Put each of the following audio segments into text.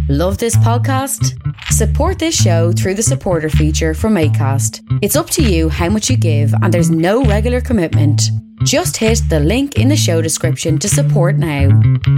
Love this podcast? Support this show through the supporter feature from Acast. It's up to you how much you give, and there's no regular commitment. Just hit the link in the show description to support now.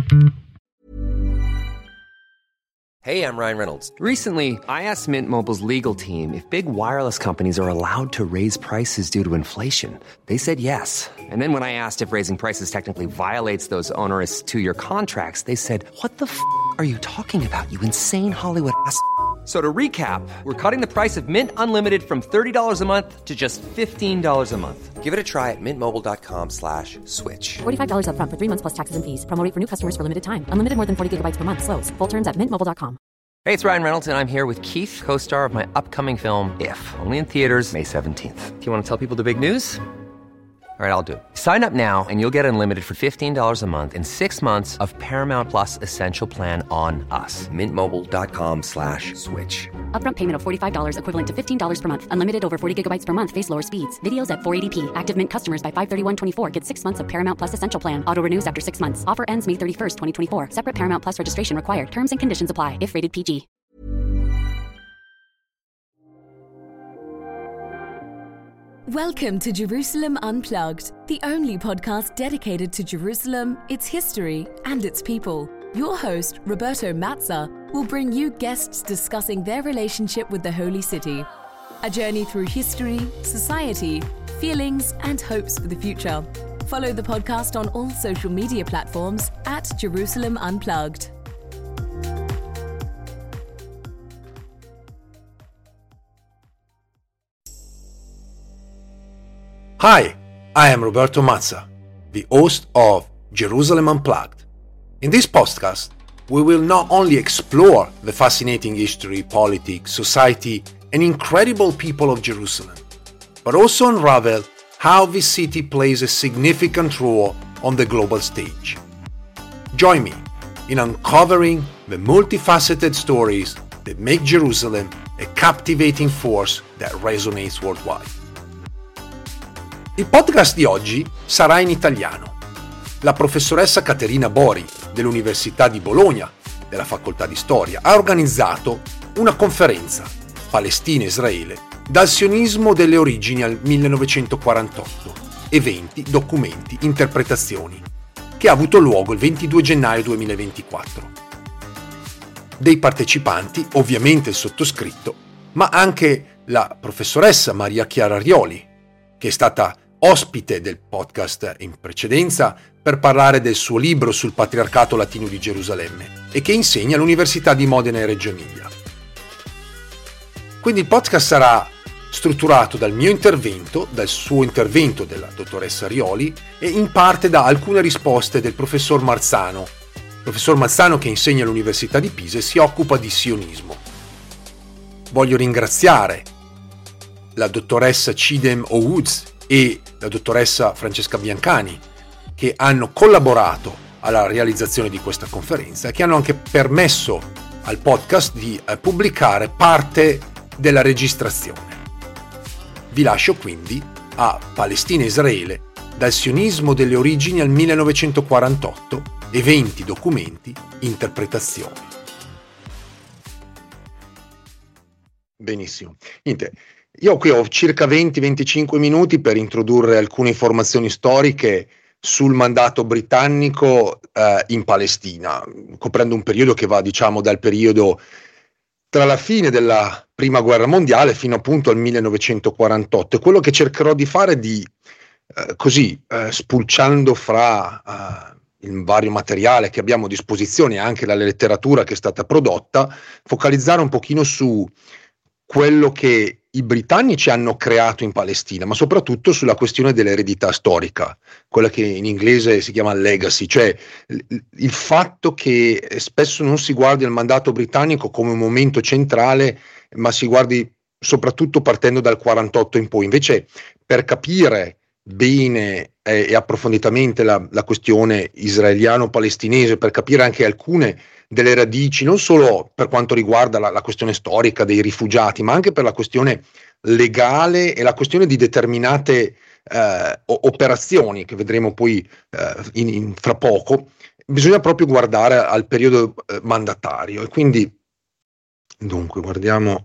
Hey, I'm Ryan Reynolds. Recently, I asked Mint Mobile's legal team if big wireless companies are allowed to raise prices due to inflation. They said yes. And then when I asked if raising prices technically violates those onerous two-year contracts, they said, "What the f*** are you talking about, you insane Hollywood ass?" So to recap, we're cutting the price of Mint Unlimited from $30 a month to just $15 a month. Give it a try at mintmobile.com/switch. $45 up front for 3 months plus taxes and fees. Promo rate for new customers for limited time. Unlimited more than 40 gigabytes per month. Slows full terms at mintmobile.com. Hey, it's Ryan Reynolds, and I'm here with Keith, co-star of my upcoming film, If, only in theaters May 17th. Do you want to tell people the big news? All right, I'll do it. Sign up now and you'll get unlimited for $15 a month and 6 months of Paramount Plus Essential Plan on us. mintmobile.com/switch. Upfront payment of $45 equivalent to $15 per month. Unlimited over 40 gigabytes per month. Face lower speeds. Videos at 480p. Active Mint customers by 531.24 get 6 months of Paramount Plus Essential Plan. Auto renews after 6 months. Offer ends May 31st, 2024. Separate Paramount Plus registration required. Terms and conditions apply if rated PG. Welcome to Jerusalem Unplugged, the only podcast dedicated to Jerusalem, its history, and its people. Your host, Roberto Mazza, will bring you guests discussing their relationship with the Holy City. A journey through history, society, feelings, and hopes for the future. Follow the podcast on all social media platforms at Jerusalem Unplugged. Hi, I am Roberto Mazza, the host of Jerusalem Unplugged. In this podcast, we will not only explore the fascinating history, politics, society, and incredible people of Jerusalem, but also unravel how this city plays a significant role on the global stage. Join me in uncovering the multifaceted stories that make Jerusalem a captivating force that resonates worldwide. Il podcast di oggi sarà in italiano. La professoressa Caterina Bori dell'Università di Bologna, della Facoltà di Storia, ha organizzato una conferenza Palestina-Israele dal sionismo delle origini al 1948, eventi, documenti, interpretazioni, che ha avuto luogo il 22 gennaio 2024. Dei partecipanti, ovviamente il sottoscritto, ma anche la professoressa Maria Chiara Rioli, che è stata ospite del podcast in precedenza per parlare del suo libro sul patriarcato latino di Gerusalemme e che insegna all'Università di Modena e Reggio Emilia. Quindi il podcast sarà strutturato dal mio intervento, dal suo intervento della dottoressa Rioli e in parte da alcune risposte del professor Marzano che insegna all'Università di Pisa e si occupa di sionismo. Voglio ringraziare la dottoressa Cidem Owoods e la dottoressa Francesca Biancani, che hanno collaborato alla realizzazione di questa conferenza e che hanno anche permesso al podcast di pubblicare parte della registrazione. Vi lascio quindi a Palestina e Israele, dal sionismo delle origini al 1948, eventi, documenti, interpretazioni. Benissimo. Niente. Io qui ho circa 20-25 minuti per introdurre alcune informazioni storiche sul mandato britannico in Palestina, coprendo un periodo che va, diciamo, dal periodo tra la fine della Prima Guerra Mondiale fino appunto al 1948. E quello che cercherò di fare spulciando fra il vario materiale che abbiamo a disposizione e anche la letteratura che è stata prodotta, focalizzare un pochino su quello che i britannici hanno creato in Palestina, ma soprattutto sulla questione dell'eredità storica, quella che in inglese si chiama legacy, cioè il fatto che spesso non si guardi al mandato britannico come un momento centrale, ma si guardi soprattutto partendo dal 48 in poi. Invece, per capire bene e approfonditamente la questione israeliano-palestinese, per capire anche alcune delle radici, non solo per quanto riguarda la questione storica dei rifugiati, ma anche per la questione legale e la questione di determinate operazioni che vedremo poi fra poco, bisogna proprio guardare al periodo mandatario. E quindi Dunque, guardiamo,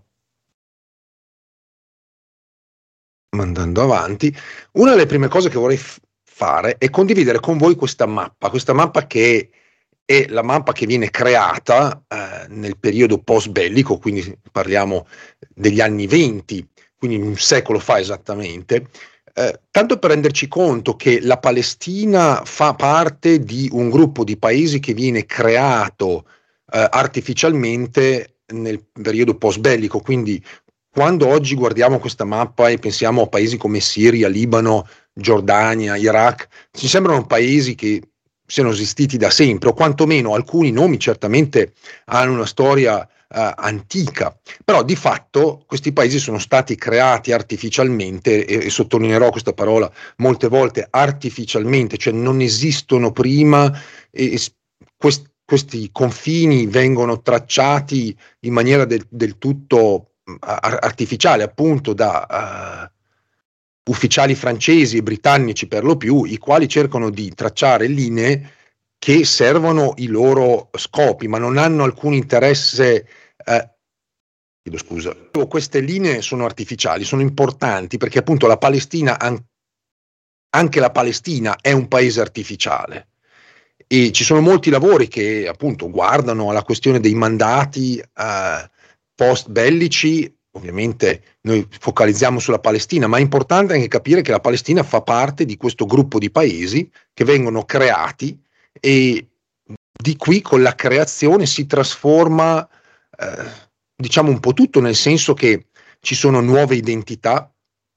andando avanti. Una delle prime cose che vorrei fare è condividere con voi questa mappa che è la mappa che viene creata nel periodo post bellico, quindi parliamo degli anni 20, quindi un secolo fa esattamente, tanto per renderci conto che la Palestina fa parte di un gruppo di paesi che viene creato artificialmente nel periodo post bellico, quindi quando oggi guardiamo questa mappa e pensiamo a paesi come Siria, Libano, Giordania, Iraq, ci sembrano paesi che siano esistiti da sempre, o quantomeno alcuni nomi certamente hanno una storia antica, però di fatto questi paesi sono stati creati artificialmente, e sottolineerò questa parola molte volte, artificialmente, cioè non esistono prima, e questi confini vengono tracciati in maniera del tutto artificiale, appunto da ufficiali francesi e britannici per lo più, i quali cercano di tracciare linee che servono i loro scopi, ma non hanno alcun interesse. Chiedo scusa. Queste linee sono artificiali, sono importanti perché appunto la Palestina, anche la Palestina è un paese artificiale. E ci sono molti lavori che appunto guardano alla questione dei mandati post bellici. Ovviamente noi focalizziamo sulla Palestina, ma è importante anche capire che la Palestina fa parte di questo gruppo di paesi che vengono creati, e di qui con la creazione si trasforma diciamo un po' tutto, nel senso che ci sono nuove identità,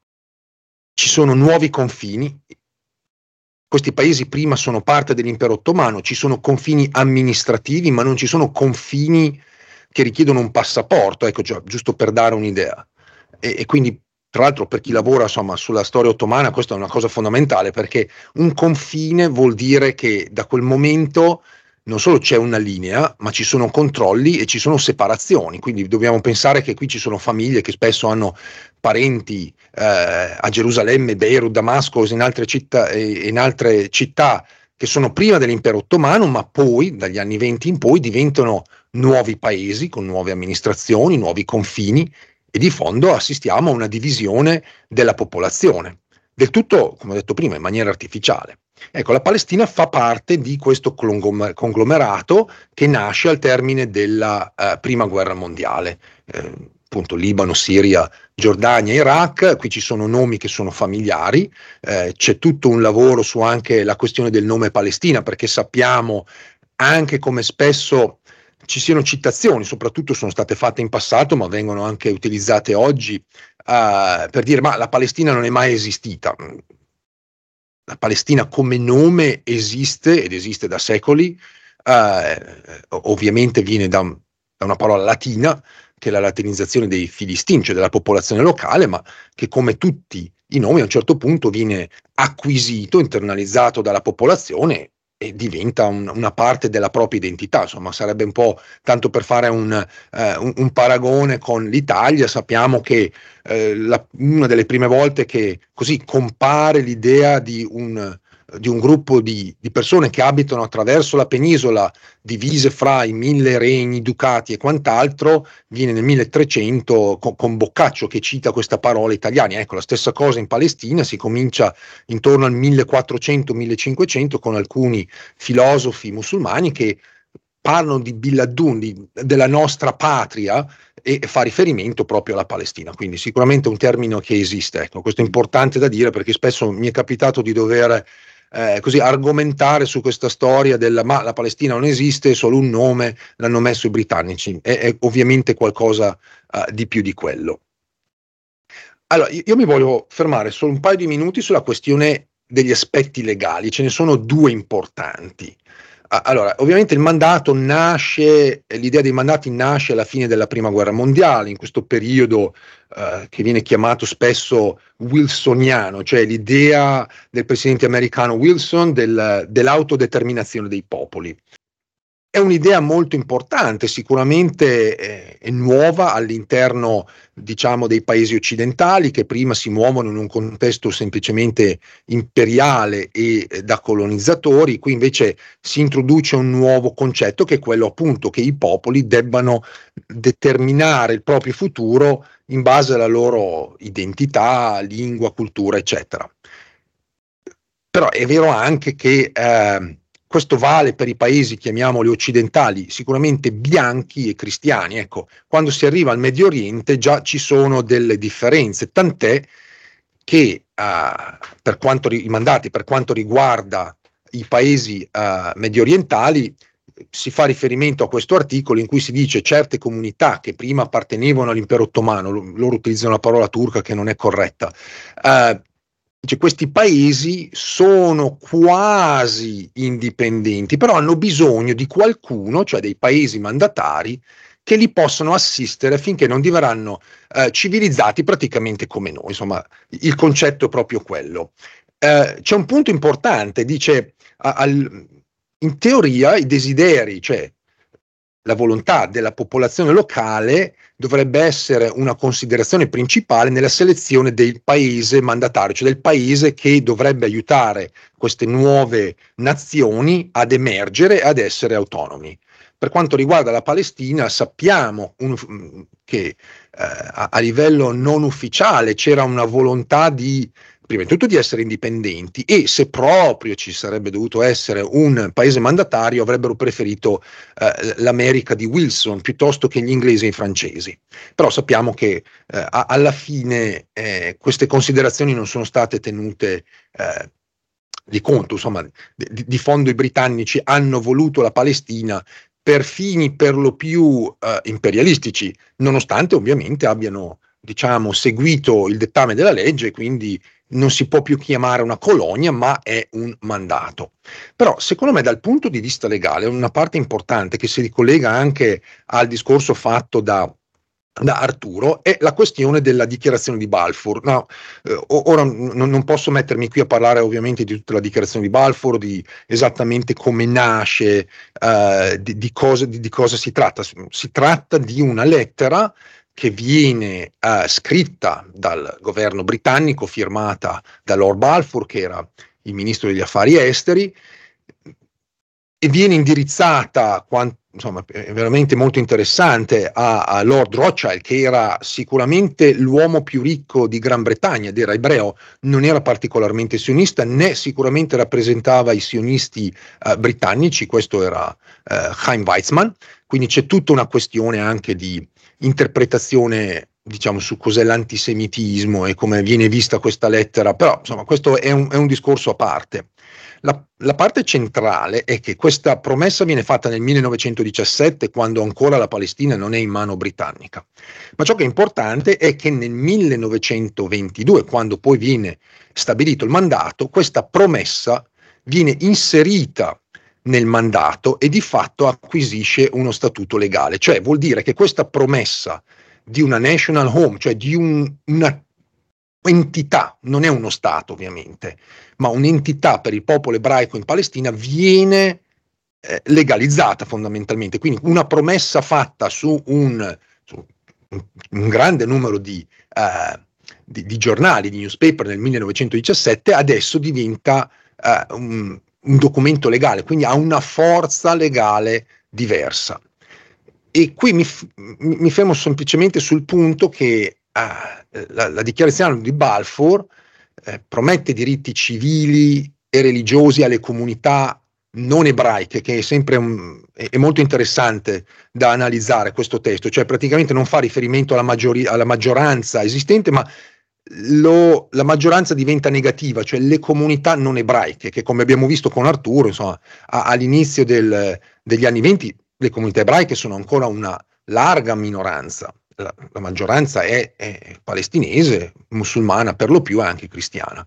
ci sono nuovi confini. Questi paesi prima sono parte dell'impero ottomano, ci sono confini amministrativi, ma non ci sono confini che richiedono un passaporto, ecco, giusto per dare un'idea. E quindi, tra l'altro, per chi lavora insomma sulla storia ottomana, questa è una cosa fondamentale, perché un confine vuol dire che da quel momento non solo c'è una linea, ma ci sono controlli e ci sono separazioni, quindi dobbiamo pensare che qui ci sono famiglie che spesso hanno parenti a Gerusalemme, Beirut, Damasco e in altre città che sono prima dell'impero ottomano, ma poi dagli anni 20 in poi diventano nuovi paesi con nuove amministrazioni, nuovi confini, e di fondo assistiamo a una divisione della popolazione, del tutto, come ho detto prima, in maniera artificiale. Ecco, la Palestina fa parte di questo conglomerato che nasce al termine della prima guerra mondiale, appunto Libano, Siria, Giordania, Iraq. Qui ci sono nomi che sono familiari, c'è tutto un lavoro su anche la questione del nome Palestina, perché sappiamo anche come spesso ci siano citazioni, soprattutto sono state fatte in passato, ma vengono anche utilizzate oggi per dire ma la Palestina non è mai esistita. La Palestina come nome esiste, ed esiste da secoli, ovviamente viene da una parola latina, che è la latinizzazione dei filistini, cioè della popolazione locale, ma che come tutti i nomi a un certo punto viene acquisito, internalizzato dalla popolazione e diventa una parte della propria identità. Insomma, sarebbe un po', tanto per fare un paragone con l'Italia, sappiamo che una delle prime volte che così compare l'idea di un gruppo di persone che abitano attraverso la penisola, divise fra i 1000 regni, ducati e quant'altro, viene nel 1300 con Boccaccio che cita questa parola italiana. Ecco, la stessa cosa in Palestina si comincia intorno al 1400-1500 con alcuni filosofi musulmani che parlano di Biladun, della nostra patria, e fa riferimento proprio alla Palestina, quindi sicuramente un termine che esiste. Ecco, questo è importante da dire perché spesso mi è capitato di dover così argomentare su questa storia ma la Palestina non esiste, è solo un nome, l'hanno messo i britannici, è ovviamente qualcosa di più di quello. Allora, io mi voglio fermare solo un paio di minuti sulla questione degli aspetti legali, ce ne sono due importanti. Allora, ovviamente il mandato nasce, l'idea dei mandati nasce alla fine della prima guerra mondiale, in questo periodo che viene chiamato spesso wilsoniano, cioè l'idea del presidente americano Wilson dell'autodeterminazione dei popoli. È un'idea molto importante, sicuramente è nuova all'interno, diciamo, dei paesi occidentali, che prima si muovono in un contesto semplicemente imperiale e da colonizzatori. Qui invece si introduce un nuovo concetto, che è quello appunto che i popoli debbano determinare il proprio futuro in base alla loro identità, lingua, cultura, eccetera. Però è vero anche che questo vale per i paesi, chiamiamoli occidentali, sicuramente bianchi e cristiani. Ecco, quando si arriva al Medio Oriente già ci sono delle differenze, tant'è che i mandati per quanto riguarda i paesi medio orientali, si fa riferimento a questo articolo in cui si dice certe comunità che prima appartenevano all'impero ottomano, loro utilizzano la parola turca che non è corretta, questi paesi sono quasi indipendenti, però hanno bisogno di qualcuno, cioè dei paesi mandatari, che li possono assistere affinché non diverranno civilizzati praticamente come noi. Insomma, il concetto è proprio quello. C'è un punto importante, dice, in teoria i desideri, cioè la volontà della popolazione locale, dovrebbe essere una considerazione principale nella selezione del paese mandatario, cioè del paese che dovrebbe aiutare queste nuove nazioni ad emergere e ad essere autonomi. Per quanto riguarda la Palestina, sappiamo che a livello non ufficiale c'era una volontà prima di tutto di essere indipendenti, e se proprio ci sarebbe dovuto essere un paese mandatario avrebbero preferito l'America di Wilson piuttosto che gli inglesi e i francesi. Però sappiamo che alla fine queste considerazioni non sono state tenute di conto. Insomma, di fondo i britannici hanno voluto la Palestina per fini per lo più imperialistici, nonostante ovviamente abbiano, diciamo, seguito il dettame della legge, quindi non si può più chiamare una colonia, ma è un mandato. Però secondo me dal punto di vista legale una parte importante che si ricollega anche al discorso fatto da Arturo è la questione della dichiarazione di Balfour. No, ora non posso mettermi qui a parlare ovviamente di tutta la dichiarazione di Balfour, di esattamente come nasce, di cosa si tratta. Si tratta di una lettera che viene scritta dal governo britannico, firmata da Lord Balfour, che era il ministro degli affari esteri, e viene indirizzata, insomma, è veramente molto interessante, a Lord Rothschild, che era sicuramente l'uomo più ricco di Gran Bretagna ed era ebreo, non era particolarmente sionista, né sicuramente rappresentava i sionisti britannici. Questo era Chaim Weizmann. Quindi c'è tutta una questione anche di interpretazione, diciamo, su cos'è l'antisemitismo e come viene vista questa lettera, però insomma questo è un discorso a parte. La parte centrale è che questa promessa viene fatta nel 1917, quando ancora la Palestina non è in mano britannica, ma ciò che è importante è che nel 1922, quando poi viene stabilito il mandato, questa promessa viene inserita nel mandato e di fatto acquisisce uno statuto legale. Cioè vuol dire che questa promessa di una national home, cioè di una entità, non è uno stato ovviamente, ma un'entità per il popolo ebraico in Palestina, viene legalizzata fondamentalmente. Quindi una promessa fatta su un grande numero di giornali, di newspaper nel 1917, adesso diventa un documento legale, quindi ha una forza legale diversa. E qui mi fermo semplicemente sul punto che la dichiarazione di Balfour promette diritti civili e religiosi alle comunità non ebraiche, che è sempre è molto interessante da analizzare questo testo, cioè praticamente non fa riferimento alla maggioranza esistente, ma la maggioranza diventa negativa, cioè le comunità non ebraiche, che come abbiamo visto con Arturo, insomma, all'inizio degli anni 20 le comunità ebraiche sono ancora una larga minoranza. La maggioranza è palestinese, musulmana per lo più, e anche cristiana.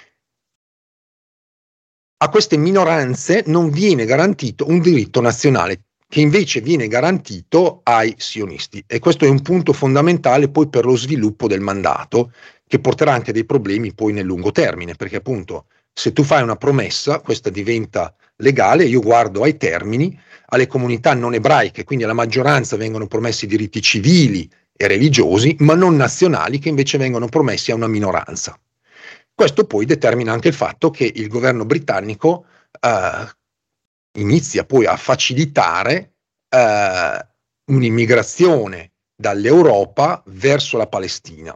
A queste minoranze non viene garantito un diritto nazionale, che invece viene garantito ai sionisti, e questo è un punto fondamentale poi per lo sviluppo del mandato, che porterà anche dei problemi poi nel lungo termine, perché appunto se tu fai una promessa, questa diventa legale, io guardo ai termini, alle comunità non ebraiche, quindi alla maggioranza vengono promessi diritti civili e religiosi, ma non nazionali, che invece vengono promessi a una minoranza. Questo poi determina anche il fatto che il governo britannico inizia poi a facilitare un'immigrazione dall'Europa verso la Palestina.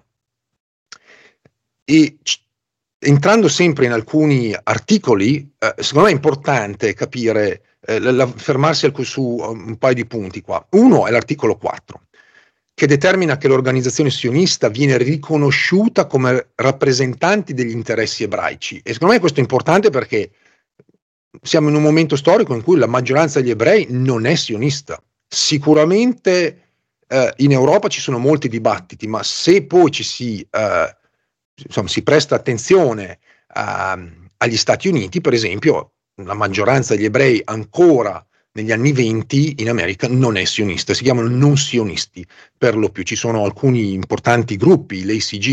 E entrando sempre in alcuni articoli, secondo me è importante capire, fermarsi su un paio di punti qua. Uno è l'articolo 4, che determina che l'organizzazione sionista viene riconosciuta come rappresentanti degli interessi ebraici. E secondo me questo è importante perché siamo in un momento storico in cui la maggioranza degli ebrei non è sionista. Sicuramente in Europa ci sono molti dibattiti, ma se poi si presta attenzione agli Stati Uniti, per esempio, la maggioranza degli ebrei ancora negli anni 20 in America non è sionista, si chiamano non sionisti per lo più. Ci sono alcuni importanti gruppi,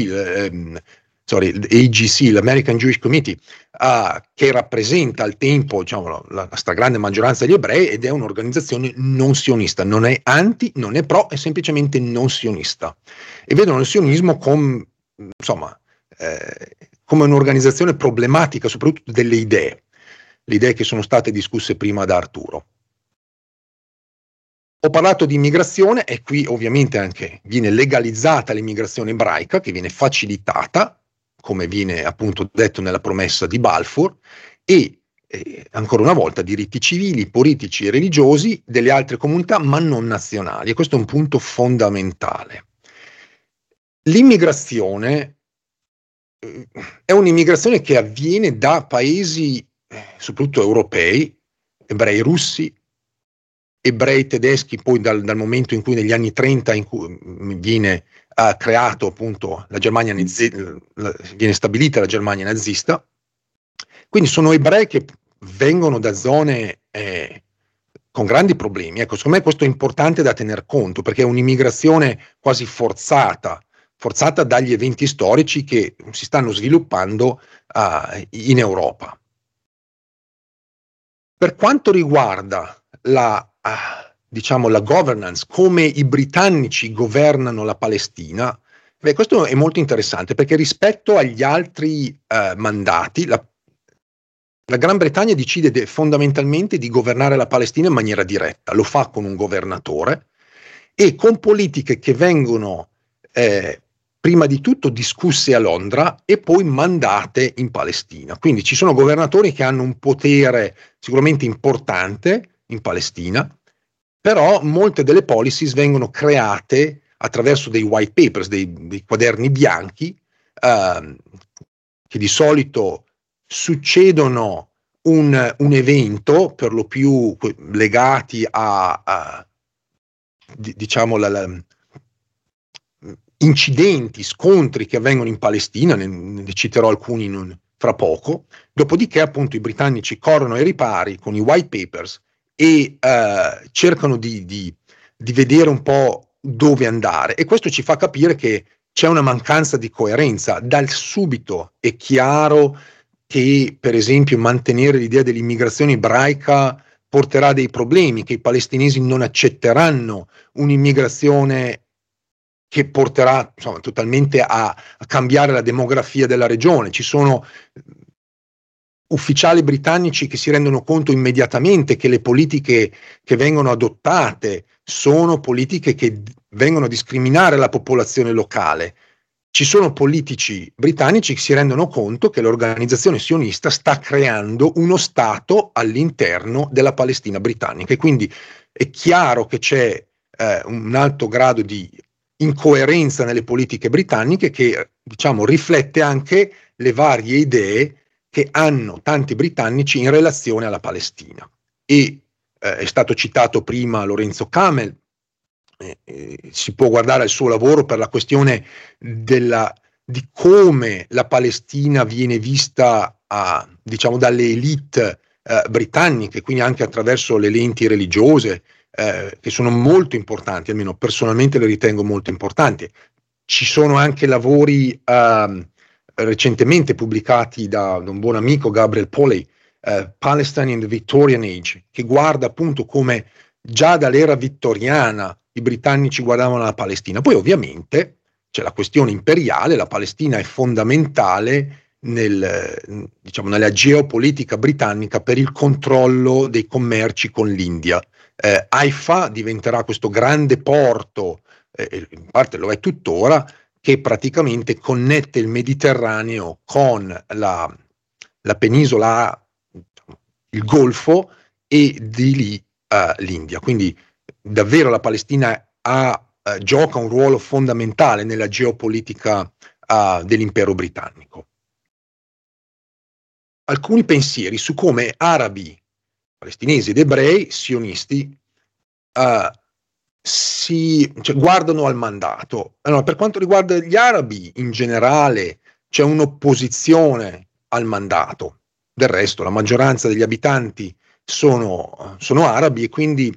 l'AGC, l'American Jewish Committee, che rappresenta al tempo, diciamo, la stragrande maggioranza degli ebrei, ed è un'organizzazione non sionista, non è anti, non è pro, è semplicemente non sionista, e vedono il sionismo come un'organizzazione problematica, soprattutto delle idee, le idee che sono state discusse prima da Arturo. Ho parlato di immigrazione, e qui ovviamente anche viene legalizzata l'immigrazione ebraica, che viene facilitata, come viene appunto detto nella promessa di Balfour, e ancora una volta diritti civili, politici e religiosi delle altre comunità, ma non nazionali, e questo è un punto fondamentale. L'immigrazione è un'immigrazione che avviene da paesi soprattutto europei, ebrei russi, ebrei tedeschi, poi dal momento in cui negli anni 30 in cui viene creato appunto la Germania viene stabilita la Germania nazista, quindi sono ebrei che vengono da zone con grandi problemi. Ecco, secondo me questo è importante da tener conto, perché è un'immigrazione quasi forzata dagli eventi storici che si stanno sviluppando in Europa. Per quanto riguarda la governance, come i britannici governano la Palestina, questo è molto interessante, perché rispetto agli altri mandati, la Gran Bretagna decide fondamentalmente di governare la Palestina in maniera diretta, lo fa con un governatore e con politiche che vengono prima di tutto discusse a Londra e poi mandate in Palestina. Quindi ci sono governatori che hanno un potere sicuramente importante in Palestina, però molte delle policies vengono create attraverso dei white papers, dei quaderni bianchi, che di solito succedono un evento, per lo più legati a incidenti, scontri che avvengono in Palestina, ne citerò alcuni fra poco. Dopodiché appunto i britannici corrono ai ripari con i white papers e cercano di vedere un po' dove andare, e questo ci fa capire che c'è una mancanza di coerenza. Dal subito è chiaro che, per esempio, mantenere l'idea dell'immigrazione ebraica porterà dei problemi, che i palestinesi non accetteranno un'immigrazione che porterà totalmente a cambiare la demografia della regione. Ci sono ufficiali britannici che si rendono conto immediatamente che le politiche che vengono adottate sono politiche che vengono a discriminare la popolazione locale. Ci sono politici britannici che si rendono conto che l'organizzazione sionista sta creando uno Stato all'interno della Palestina britannica, e quindi è chiaro che c'è un alto grado di incoerenza nelle politiche britanniche, che riflette anche le varie idee che hanno tanti britannici in relazione alla Palestina. E è stato citato prima Lorenzo Camel, si può guardare al suo lavoro per la questione di come la Palestina viene vista dalle elite britanniche, quindi anche attraverso le lenti religiose, che sono molto importanti, almeno personalmente le ritengo molto importanti. Ci sono anche lavori recentemente pubblicati da un buon amico, Gabriel Polley, Palestine in the Victorian Age, che guarda appunto come già dall'era vittoriana i britannici guardavano la Palestina. Poi ovviamente c'è la questione imperiale, la Palestina è fondamentale nella geopolitica britannica per il controllo dei commerci con l'India. Haifa diventerà questo grande porto, in parte lo è tuttora, che praticamente connette il Mediterraneo con la penisola, il Golfo, e di lì l'India. Quindi davvero la Palestina gioca un ruolo fondamentale nella geopolitica dell'impero britannico. Alcuni pensieri su come arabi, palestinesi ed ebrei sionisti guardano al mandato. Allora, per quanto riguarda gli arabi in generale c'è un'opposizione al mandato. Del resto la maggioranza degli abitanti sono arabi e quindi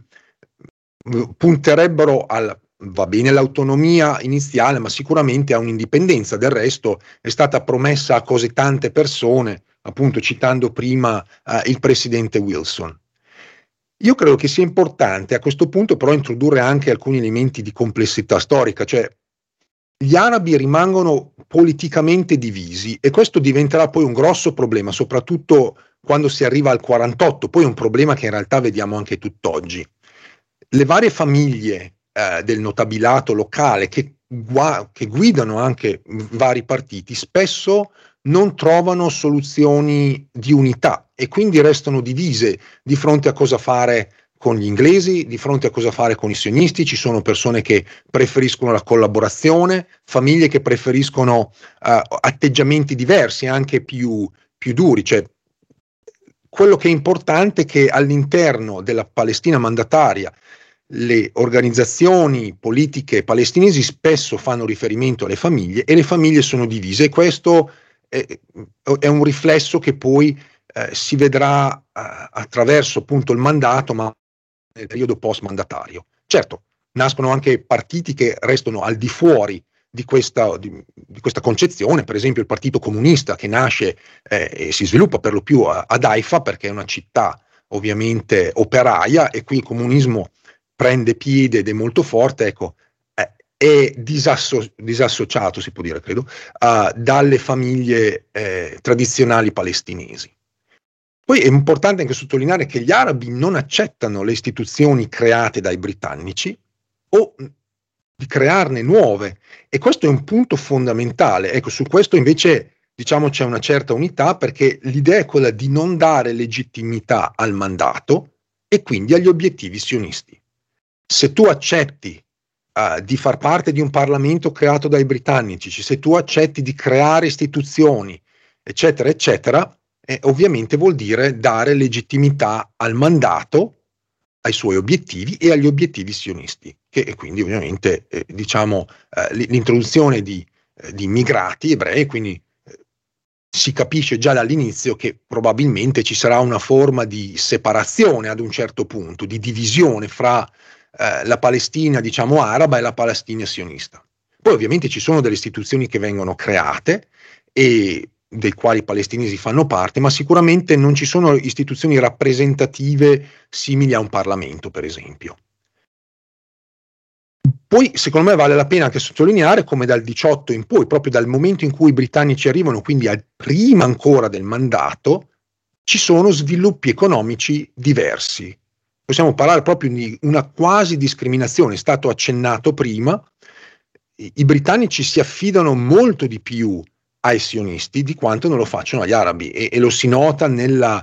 punterebbero va bene l'autonomia iniziale, ma sicuramente a un'indipendenza. Del resto è stata promessa a così tante persone, appunto citando prima il presidente Wilson. Io credo che sia importante a questo punto però introdurre anche alcuni elementi di complessità storica, cioè gli arabi rimangono politicamente divisi e questo diventerà poi un grosso problema, soprattutto quando si arriva al 48, poi è un problema che in realtà vediamo anche tutt'oggi. Le varie famiglie del notabilato locale che guidano anche vari partiti spesso non trovano soluzioni di unità e quindi restano divise di fronte a cosa fare con gli inglesi, di fronte a cosa fare con i sionisti. Ci sono persone che preferiscono la collaborazione, famiglie che preferiscono atteggiamenti diversi, anche più duri. Cioè, quello che è importante è che all'interno della Palestina mandataria le organizzazioni politiche palestinesi spesso fanno riferimento alle famiglie e le famiglie sono divise, e questo è un riflesso che poi si vedrà attraverso appunto il mandato, ma nel periodo post-mandatario. Certo, nascono anche partiti che restano al di fuori di questa concezione, per esempio il Partito Comunista, che nasce e si sviluppa per lo più ad Haifa, perché è una città ovviamente operaia, e qui il comunismo prende piede ed è molto forte. Ecco, è disassociato, si può dire, credo, dalle famiglie tradizionali palestinesi. Poi è importante anche sottolineare che gli arabi non accettano le istituzioni create dai britannici o di crearne nuove, e questo è un punto fondamentale. Ecco, su questo invece diciamo c'è una certa unità, perché l'idea è quella di non dare legittimità al mandato e quindi agli obiettivi sionisti. Se tu accetti di far parte di un Parlamento creato dai britannici, se tu accetti di creare istituzioni, eccetera, eccetera, ovviamente vuol dire dare legittimità al mandato, ai suoi obiettivi e agli obiettivi sionisti, che quindi ovviamente l'introduzione di immigrati ebrei, quindi si capisce già dall'inizio che probabilmente ci sarà una forma di separazione ad un certo punto, di divisione fra la Palestina, diciamo, araba e la Palestina sionista. Poi ovviamente ci sono delle istituzioni che vengono create e dei quali i palestinesi fanno parte, ma sicuramente non ci sono istituzioni rappresentative simili a un Parlamento, per esempio. Poi, secondo me, vale la pena anche sottolineare come dal 18 in poi, proprio dal momento in cui i britannici arrivano, quindi prima ancora del mandato, ci sono sviluppi economici diversi. Possiamo parlare proprio di una quasi discriminazione, è stato accennato prima. I britannici si affidano molto di più ai sionisti di quanto non lo facciano agli arabi, e lo si nota nel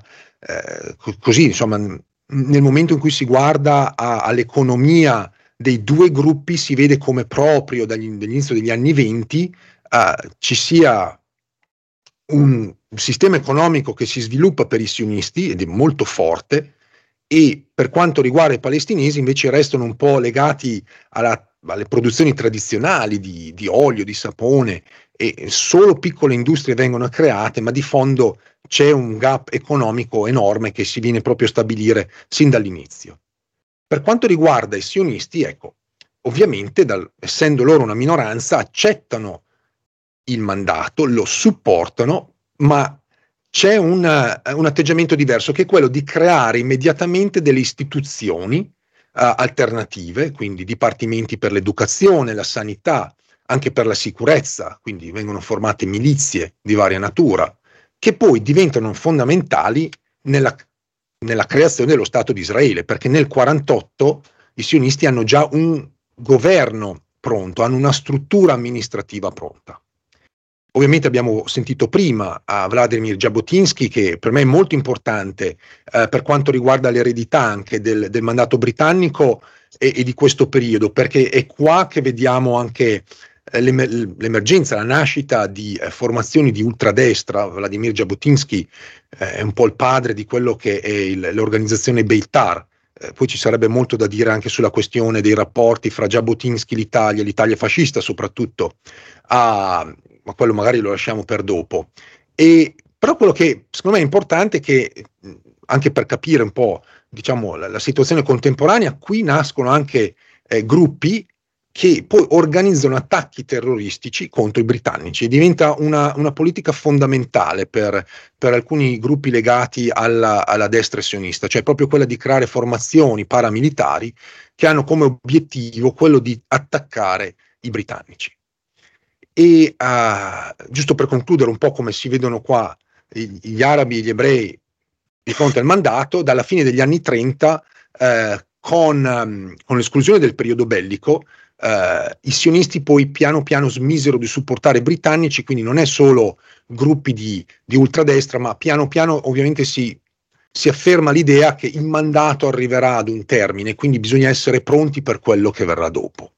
momento in cui si guarda all'economia dei due gruppi, si vede come proprio dall'inizio degli anni 20 ci sia un sistema economico che si sviluppa per i sionisti ed è molto forte, e per quanto riguarda i palestinesi invece restano un po' legati alle produzioni tradizionali di olio, di sapone, e solo piccole industrie vengono create, ma di fondo c'è un gap economico enorme che si viene proprio a stabilire sin dall'inizio. Per quanto riguarda i sionisti, ecco, ovviamente essendo loro una minoranza accettano il mandato, lo supportano, ma c'è un atteggiamento diverso, che è quello di creare immediatamente delle istituzioni alternative, quindi dipartimenti per l'educazione, la sanità, anche per la sicurezza, quindi vengono formate milizie di varia natura, che poi diventano fondamentali nella creazione dello Stato di Israele, perché nel 1948 i sionisti hanno già un governo pronto, hanno una struttura amministrativa pronta. Ovviamente abbiamo sentito prima a Vladimir Jabotinsky, che per me è molto importante per quanto riguarda l'eredità anche del mandato britannico e di questo periodo, perché è qua che vediamo anche l'emergenza, la nascita di formazioni di ultradestra. Vladimir Jabotinsky è un po' il padre di quello che è l'organizzazione Beitar. Poi ci sarebbe molto da dire anche sulla questione dei rapporti fra Jabotinsky, l'Italia fascista soprattutto, ma quello magari lo lasciamo per dopo. Però quello che secondo me è importante è che, anche per capire un po', diciamo, la situazione contemporanea, qui nascono anche gruppi che poi organizzano attacchi terroristici contro i britannici, e diventa una politica fondamentale per alcuni gruppi legati alla destra sionista, cioè proprio quella di creare formazioni paramilitari che hanno come obiettivo quello di attaccare i britannici. E giusto per concludere un po' come si vedono qua gli arabi e gli ebrei di fronte al mandato, dalla fine degli anni 30, con l'esclusione del periodo bellico, i sionisti poi piano piano smisero di supportare i britannici, quindi non è solo gruppi di ultradestra, ma piano piano ovviamente si afferma l'idea che il mandato arriverà ad un termine, quindi bisogna essere pronti per quello che verrà dopo.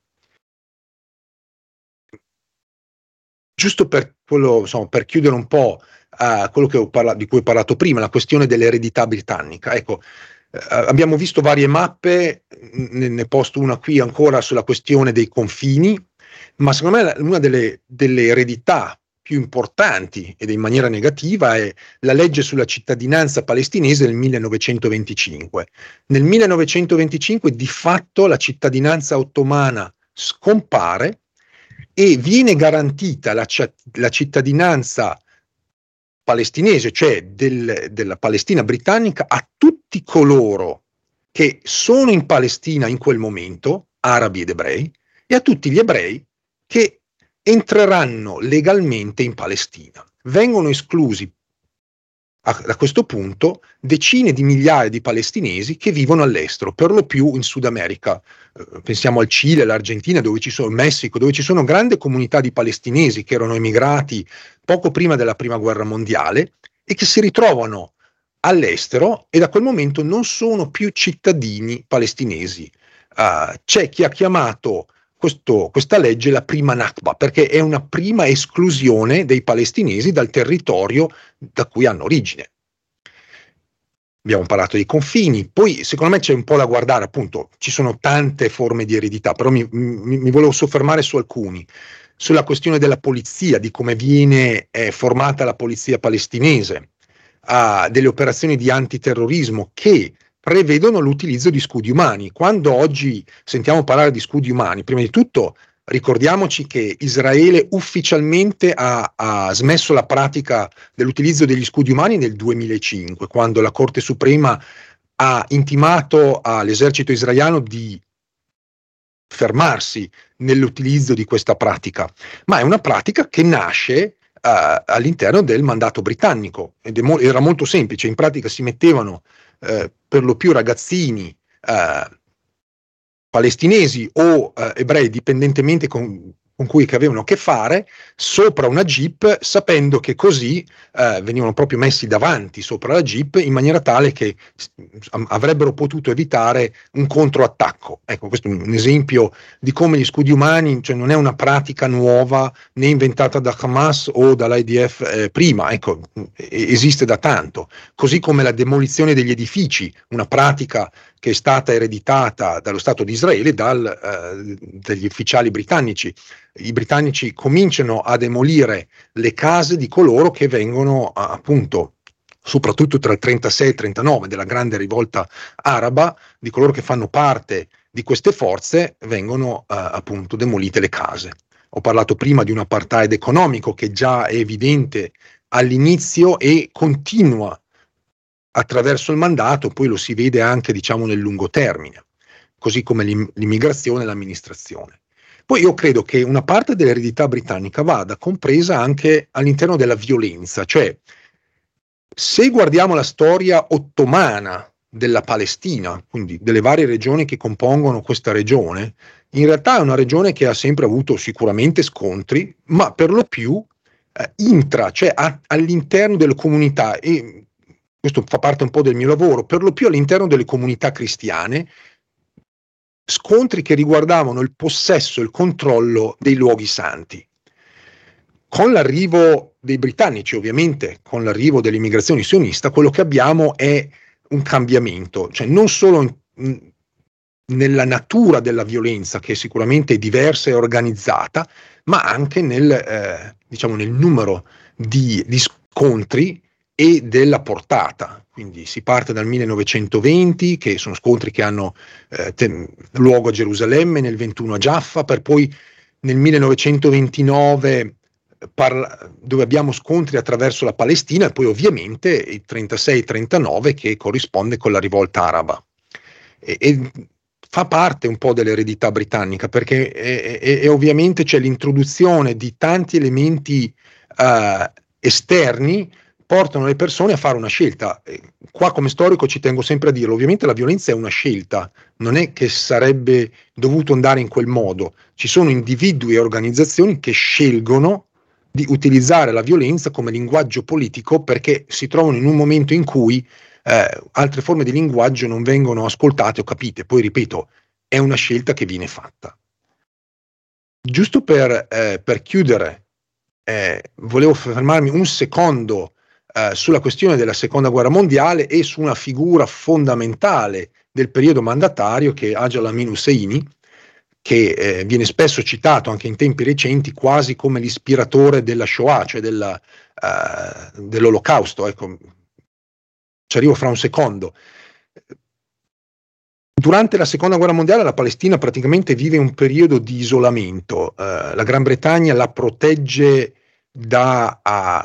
Giusto per quello, insomma, per chiudere un po' quello di cui ho parlato prima, la questione dell'eredità britannica. Ecco, abbiamo visto varie mappe, ne posto una qui ancora sulla questione dei confini, ma secondo me una delle eredità più importanti, ed in maniera negativa, è la legge sulla cittadinanza palestinese del 1925. Nel 1925 di fatto la cittadinanza ottomana scompare e viene garantita la cittadinanza palestinese, cioè della Palestina britannica, a tutti coloro che sono in Palestina in quel momento, arabi ed ebrei, e a tutti gli ebrei che entreranno legalmente in Palestina. Vengono esclusi a questo punto decine di migliaia di palestinesi che vivono all'estero, per lo più in Sud America. Pensiamo al Cile, all'Argentina, dove ci sono il Messico, dove ci sono grandi comunità di palestinesi che erano emigrati poco prima della Prima Guerra Mondiale e che si ritrovano all'estero e da quel momento non sono più cittadini palestinesi. C'è chi ha chiamato questa legge la prima Nakba, perché è una prima esclusione dei palestinesi dal territorio da cui hanno origine. Abbiamo parlato dei confini, poi secondo me c'è un po' da guardare, appunto, ci sono tante forme di eredità, però mi volevo soffermare su alcuni, sulla questione della polizia, di come viene formata la polizia palestinese, delle operazioni di antiterrorismo che prevedono l'utilizzo di scudi umani. Quando oggi sentiamo parlare di scudi umani, prima di tutto ricordiamoci che Israele ufficialmente ha smesso la pratica dell'utilizzo degli scudi umani nel 2005, quando la Corte Suprema ha intimato all'esercito israeliano di fermarsi nell'utilizzo di questa pratica. Ma è una pratica che nasce all'interno del mandato britannico ed era molto semplice. In pratica si mettevano per lo più ragazzini palestinesi o ebrei, dipendentemente con cui che avevano a che fare, sopra una jeep, sapendo che così venivano proprio messi davanti sopra la jeep in maniera tale che avrebbero potuto evitare un controattacco. Ecco, questo è un esempio di come gli scudi umani, cioè, non è una pratica nuova né inventata da Hamas o dall'IDF prima, ecco, esiste da tanto. Così come la demolizione degli edifici, una pratica che è stata ereditata dallo Stato di Israele dagli ufficiali britannici. I britannici cominciano a demolire le case di coloro che vengono appunto, soprattutto tra il 36 e il 39 della grande rivolta araba, di coloro che fanno parte di queste forze, vengono appunto demolite le case. Ho parlato prima di un apartheid economico che già è evidente all'inizio e continua attraverso il mandato, poi lo si vede anche, diciamo, nel lungo termine, così come l'immigrazione e l'amministrazione. Poi io credo che una parte dell'eredità britannica vada compresa anche all'interno della violenza, cioè se guardiamo la storia ottomana della Palestina, quindi delle varie regioni che compongono questa regione, in realtà è una regione che ha sempre avuto sicuramente scontri, ma per lo più cioè all'interno delle comunità, e questo fa parte un po' del mio lavoro, per lo più all'interno delle comunità cristiane, scontri che riguardavano il possesso e il controllo dei luoghi santi. Con l'arrivo dei britannici, ovviamente, con l'arrivo dell'immigrazione sionista, quello che abbiamo è un cambiamento, cioè non solo nella natura della violenza, che sicuramente è diversa e organizzata, ma anche nel numero di scontri e della portata. Quindi si parte dal 1920, che sono scontri che hanno luogo a Gerusalemme, nel 21 a Jaffa, per poi nel 1929 dove abbiamo scontri attraverso la Palestina, e poi ovviamente il 36-39 che corrisponde con la rivolta araba. E fa parte un po' dell'eredità britannica, perché ovviamente c'è l'introduzione di tanti elementi esterni, portano le persone a fare una scelta. Qua come storico ci tengo sempre a dirlo, ovviamente la violenza è una scelta, non è che sarebbe dovuto andare in quel modo. Ci sono individui e organizzazioni che scelgono di utilizzare la violenza come linguaggio politico perché si trovano in un momento in cui altre forme di linguaggio non vengono ascoltate o capite. Poi ripeto, è una scelta che viene fatta. Giusto per chiudere, volevo fermarmi un secondo sulla questione della Seconda Guerra Mondiale e su una figura fondamentale del periodo mandatario che è Ajal Amin Husseini, che viene spesso citato anche in tempi recenti quasi come l'ispiratore della Shoah, cioè dell'Olocausto. Ecco, ci arrivo fra un secondo. Durante la Seconda Guerra Mondiale la Palestina praticamente vive un periodo di isolamento. La Gran Bretagna la protegge da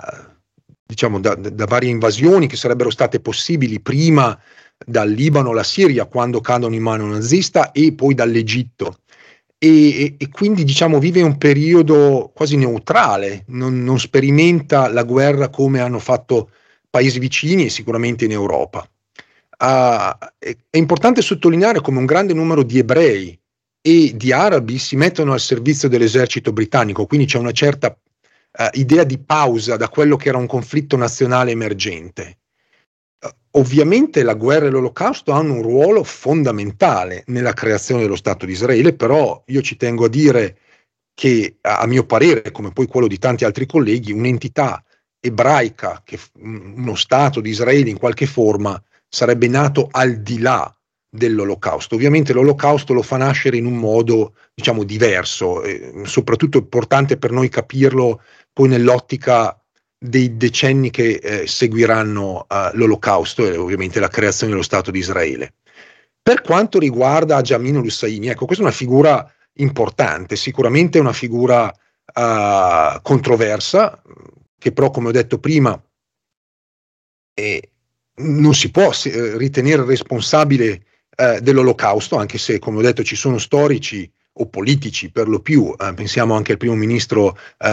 varie invasioni che sarebbero state possibili prima dal Libano alla Siria quando cadono in mano nazista e poi dall'Egitto. E quindi vive un periodo quasi neutrale, non sperimenta la guerra come hanno fatto paesi vicini e sicuramente in Europa. È importante sottolineare come un grande numero di ebrei e di arabi si mettono al servizio dell'esercito britannico, quindi c'è una certa idea di pausa da quello che era un conflitto nazionale emergente. Ovviamente la guerra e l'Olocausto hanno un ruolo fondamentale nella creazione dello Stato di Israele, però io ci tengo a dire che, a mio parere, come poi quello di tanti altri colleghi, un'entità ebraica, uno Stato di Israele in qualche forma, sarebbe nato al di là dell'Olocausto. Ovviamente l'Olocausto lo fa nascere in un modo, diverso, soprattutto è importante per noi capirlo poi nell'ottica dei decenni che seguiranno l'Olocausto e ovviamente la creazione dello Stato di Israele. Per quanto riguarda Ajal Amin Husseini, ecco, questa è una figura importante, sicuramente una figura controversa, che però, come ho detto prima, non si può ritenere responsabile dell'Olocausto, anche se, come ho detto, ci sono storici o politici per lo più, pensiamo anche al primo ministro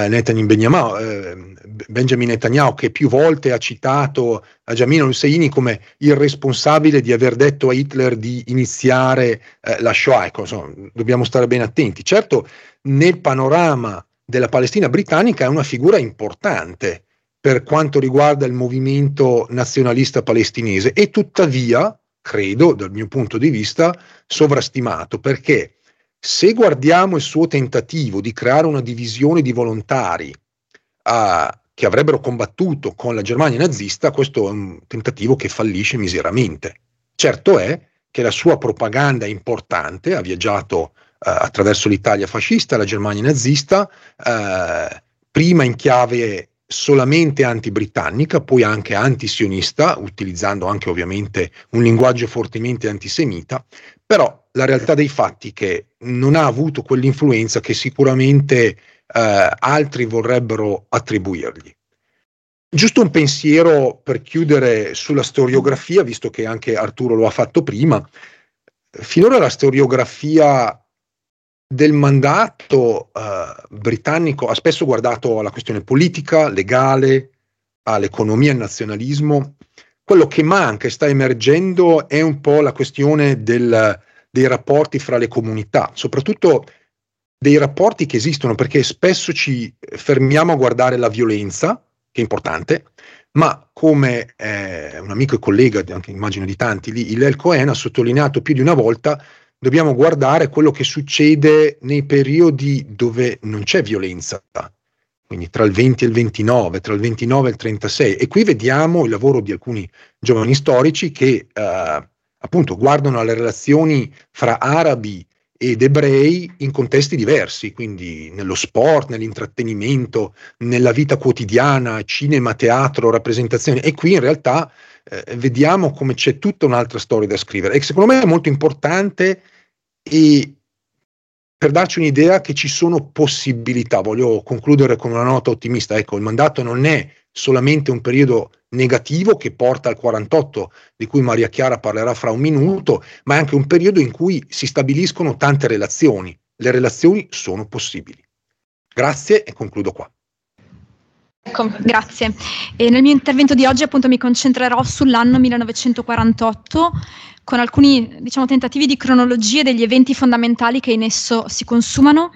Benjamin Netanyahu, che più volte ha citato Ajal Amin Husseini come il responsabile di aver detto a Hitler di iniziare la Shoah. Ecco, insomma, dobbiamo stare ben attenti. Certo, nel panorama della Palestina britannica è una figura importante per quanto riguarda il movimento nazionalista palestinese e tuttavia, credo, dal mio punto di vista, sovrastimato, perché se guardiamo il suo tentativo di creare una divisione di volontari che avrebbero combattuto con la Germania nazista, questo è un tentativo che fallisce miseramente. Certo è che la sua propaganda è importante, ha viaggiato attraverso l'Italia fascista, la Germania nazista, prima in chiave solamente anti-britannica, poi anche anti-sionista, utilizzando anche ovviamente un linguaggio fortemente antisemita, però la realtà dei fatti è che non ha avuto quell'influenza che sicuramente altri vorrebbero attribuirgli. Giusto un pensiero per chiudere sulla storiografia, visto che anche Arturo lo ha fatto prima. Finora la storiografia del mandato britannico ha spesso guardato alla questione politica, legale, all'economia e al nazionalismo. Quello che manca e sta emergendo è un po' la questione dei rapporti fra le comunità, soprattutto dei rapporti che esistono, perché spesso ci fermiamo a guardare la violenza, che è importante, ma come un amico e collega, anche immagino di tanti lì, Hillel Cohen ha sottolineato più di una volta, dobbiamo guardare quello che succede nei periodi dove non c'è violenza, quindi tra il 20 e il 29, tra il 29 e il 36, e qui vediamo il lavoro di alcuni giovani storici che appunto guardano alle relazioni fra arabi ed ebrei in contesti diversi, quindi nello sport, nell'intrattenimento, nella vita quotidiana, cinema, teatro, rappresentazioni, e qui in realtà vediamo come c'è tutta un'altra storia da scrivere, e secondo me è molto importante, e per darci un'idea che ci sono possibilità. Voglio concludere con una nota ottimista. Ecco, il mandato non è solamente un periodo negativo che porta al 48, di cui Maria Chiara parlerà fra un minuto, ma è anche un periodo in cui si stabiliscono tante relazioni. Le relazioni sono possibili. Grazie e concludo qua. Ecco, grazie. E nel mio intervento di oggi appunto mi concentrerò sull'anno 1948 con alcuni tentativi di cronologia degli eventi fondamentali che in esso si consumano,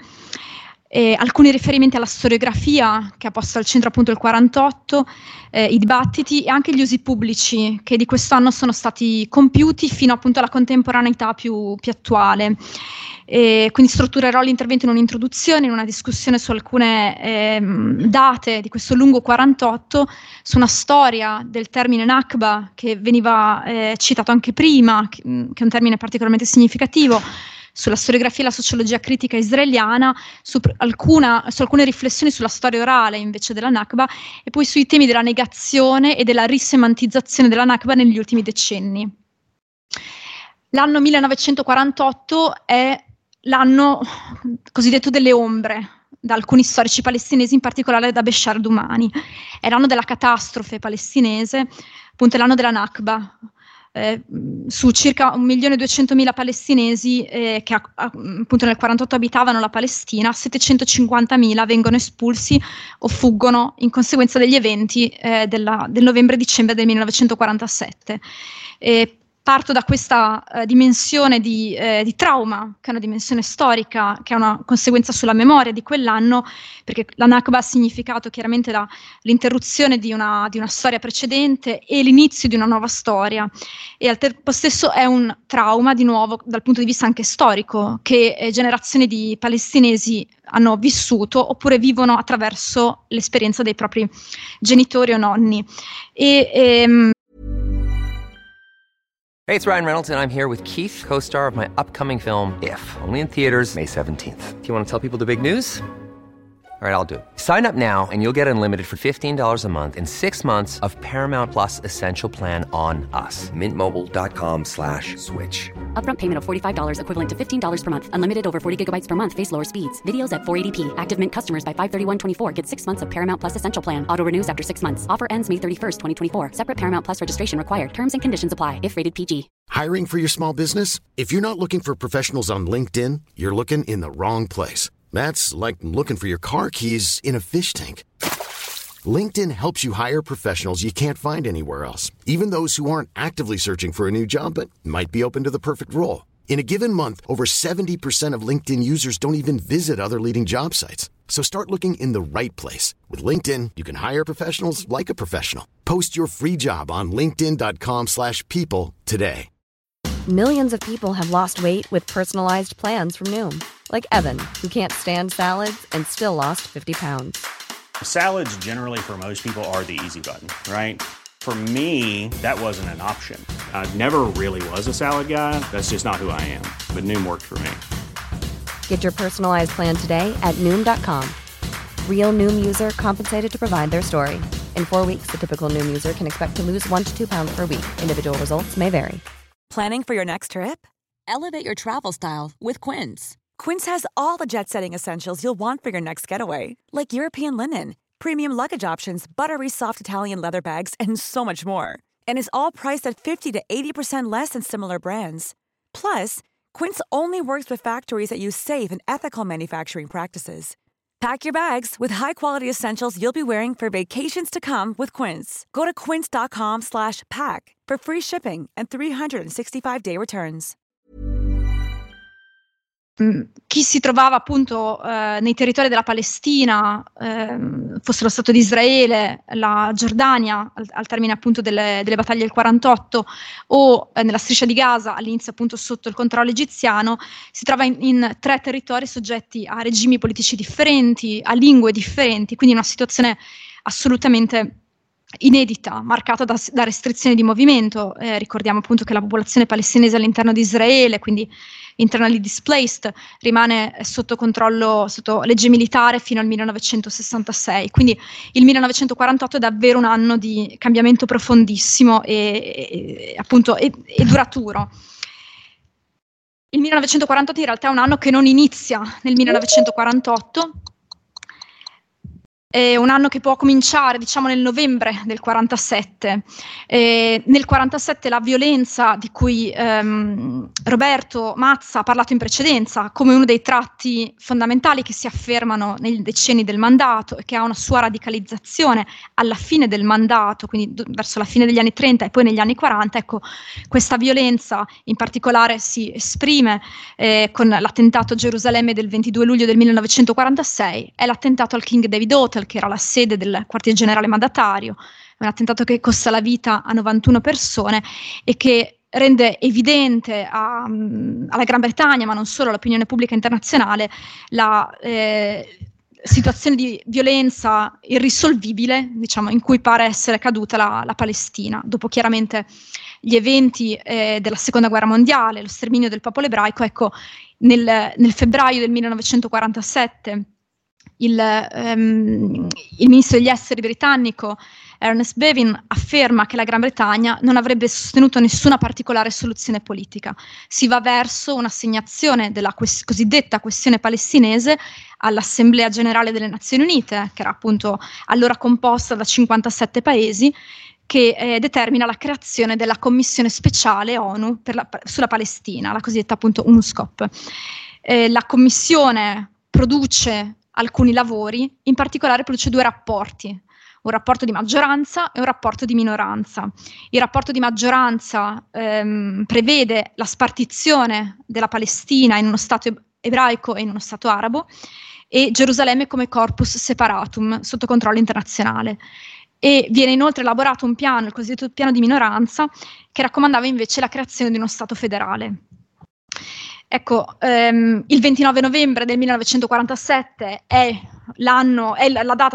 alcuni riferimenti alla storiografia che ha posto al centro appunto il 48, i dibattiti e anche gli usi pubblici che di questo anno sono stati compiuti fino appunto alla contemporaneità più attuale. Quindi strutturerò l'intervento in un'introduzione, in una discussione su alcune date di questo lungo 48, su una storia del termine Nakba che veniva citato anche prima, che è un termine particolarmente significativo, sulla storiografia e la sociologia critica israeliana, su alcune riflessioni sulla storia orale invece della Nakba, e poi sui temi della negazione e della risemantizzazione della Nakba negli ultimi decenni. L'anno 1948 è l'anno cosiddetto delle ombre, da alcuni storici palestinesi, in particolare da Beshar Dumani. È l'anno della catastrofe palestinese, appunto è l'anno della Nakba. Su circa 1.200.000 palestinesi che appunto nel 48 abitavano la Palestina, 750.000 vengono espulsi o fuggono in conseguenza degli eventi del novembre-dicembre del 1947. Parto da questa dimensione di trauma, che è una dimensione storica, che è una conseguenza sulla memoria di quell'anno, perché la Nakba ha significato chiaramente l'interruzione di una storia precedente e l'inizio di una nuova storia, e al tempo stesso è un trauma, di nuovo, dal punto di vista anche storico, che generazioni di palestinesi hanno vissuto oppure vivono attraverso l'esperienza dei propri genitori o nonni. Hey, it's Ryan Reynolds, and I'm here with Keith, co-star of my upcoming film, If, only in theaters May 17th. Do you want to tell people the big news? All right, I'll do it. Sign up now and you'll get unlimited for $15 a month and 6 months of Paramount Plus Essential Plan on us. MintMobile.com/switch. Upfront payment of $45 equivalent to $15 per month. Unlimited over 40 gigabytes per month. Face lower speeds. Videos at 480p. Active Mint customers by 531.24 get 6 months of Paramount Plus Essential Plan. Auto renews after 6 months. Offer ends May 31st, 2024. Separate Paramount Plus registration required. Terms and conditions apply if rated PG. Hiring for your small business? If you're not looking for professionals on LinkedIn, you're looking in the wrong place. That's like looking for your car keys in a fish tank. LinkedIn helps you hire professionals you can't find anywhere else, even those who aren't actively searching for a new job but might be open to the perfect role. In a given month, over 70% of LinkedIn users don't even visit other leading job sites. So start looking in the right place. With LinkedIn, you can hire professionals like a professional. Post your free job on linkedin.com/people today. Millions of people have lost weight with personalized plans from Noom. Like Evan, who can't stand salads and still lost 50 pounds. Salads generally for most people are the easy button, right? For me, that wasn't an option. I never really was a salad guy. That's just not who I am. But Noom worked for me. Get your personalized plan today at Noom.com. Real Noom user compensated to provide their story. In 4 weeks, the typical Noom user can expect to lose 1 to 2 pounds per week. Individual results may vary. Planning for your next trip? Elevate your travel style with Quince. Quince has all the jet-setting essentials you'll want for your next getaway, like European linen, premium luggage options, buttery soft Italian leather bags, and so much more. And is all priced at 50 to 80% less than similar brands. Plus, Quince only works with factories that use safe and ethical manufacturing practices. Pack your bags with high-quality essentials you'll be wearing for vacations to come with Quince. Go to quince.com/pack for free shipping and 365-day returns. Chi si trovava appunto nei territori della Palestina, fosse lo Stato di Israele, la Giordania al termine appunto delle battaglie del 48 o nella striscia di Gaza all'inizio appunto sotto il controllo egiziano, si trova in 3 territori soggetti a regimi politici differenti, a lingue differenti, quindi una situazione assolutamente inedita, marcata da restrizioni di movimento. Ricordiamo appunto che la popolazione palestinese all'interno di Israele, quindi internally displaced, rimane sotto controllo, sotto legge militare fino al 1966. Quindi il 1948 è davvero un anno di cambiamento profondissimo e duraturo. Il 1948 in realtà è un anno che non inizia nel 1948, è un anno che può cominciare, diciamo, nel novembre del 47. Nel 47 la violenza di cui Roberto Mazza ha parlato in precedenza come uno dei tratti fondamentali che si affermano nei decenni del mandato e che ha una sua radicalizzazione alla fine del mandato, quindi verso la fine degli anni 30 e poi negli anni 40, ecco, questa violenza in particolare si esprime con l'attentato a Gerusalemme del 22 luglio del 1946, è l'attentato al King David Hotel, che era la sede del quartier generale mandatario, è un attentato che costa la vita a 91 persone e che rende evidente alla Gran Bretagna, ma non solo, all'opinione pubblica internazionale, la situazione di violenza irrisolvibile, diciamo, in cui pare essere caduta la Palestina, dopo chiaramente gli eventi della Seconda Guerra Mondiale, lo sterminio del popolo ebraico. Ecco, nel febbraio del 1947 il ministro degli esteri britannico Ernest Bevin afferma che la Gran Bretagna non avrebbe sostenuto nessuna particolare soluzione politica. Si va verso un'assegnazione della cosiddetta questione palestinese all'Assemblea Generale delle Nazioni Unite, che era appunto allora composta da 57 paesi, che determina la creazione della Commissione Speciale ONU sulla Palestina, la cosiddetta appunto UNSCOP. La Commissione produce alcuni lavori, in particolare produce 2 rapporti, un rapporto di maggioranza e un rapporto di minoranza. Il rapporto di maggioranza prevede la spartizione della Palestina in uno Stato ebraico e in uno Stato arabo e Gerusalemme come corpus separatum sotto controllo internazionale. E viene inoltre elaborato un piano, il cosiddetto piano di minoranza, che raccomandava invece la creazione di uno Stato federale. Ecco, il 29 novembre del 1947 è la data,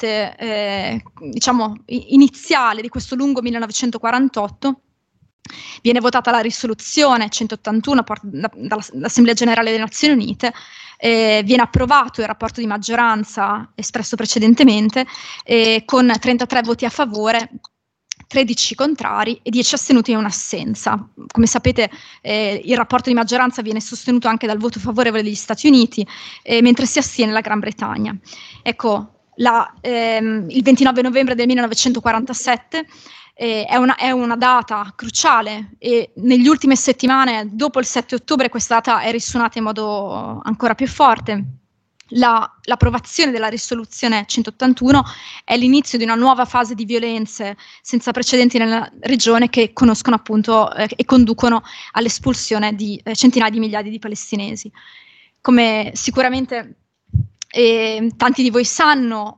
diciamo, iniziale di questo lungo 1948. Viene votata la risoluzione 181 dall'Assemblea Generale delle Nazioni Unite, viene approvato il rapporto di maggioranza espresso precedentemente con 33 voti a favore, 13 contrari e 10 astenuti e un'assenza. Come sapete il rapporto di maggioranza viene sostenuto anche dal voto favorevole degli Stati Uniti, mentre si astiene la Gran Bretagna. Ecco, il 29 novembre del 1947 è una data cruciale e negli ultime settimane, dopo il 7 ottobre, questa data è risuonata in modo ancora più forte. L'approvazione della risoluzione 181 è l'inizio di una nuova fase di violenze senza precedenti nella regione che conoscono appunto e conducono all'espulsione di centinaia di migliaia di palestinesi. Come sicuramente tanti di voi sanno,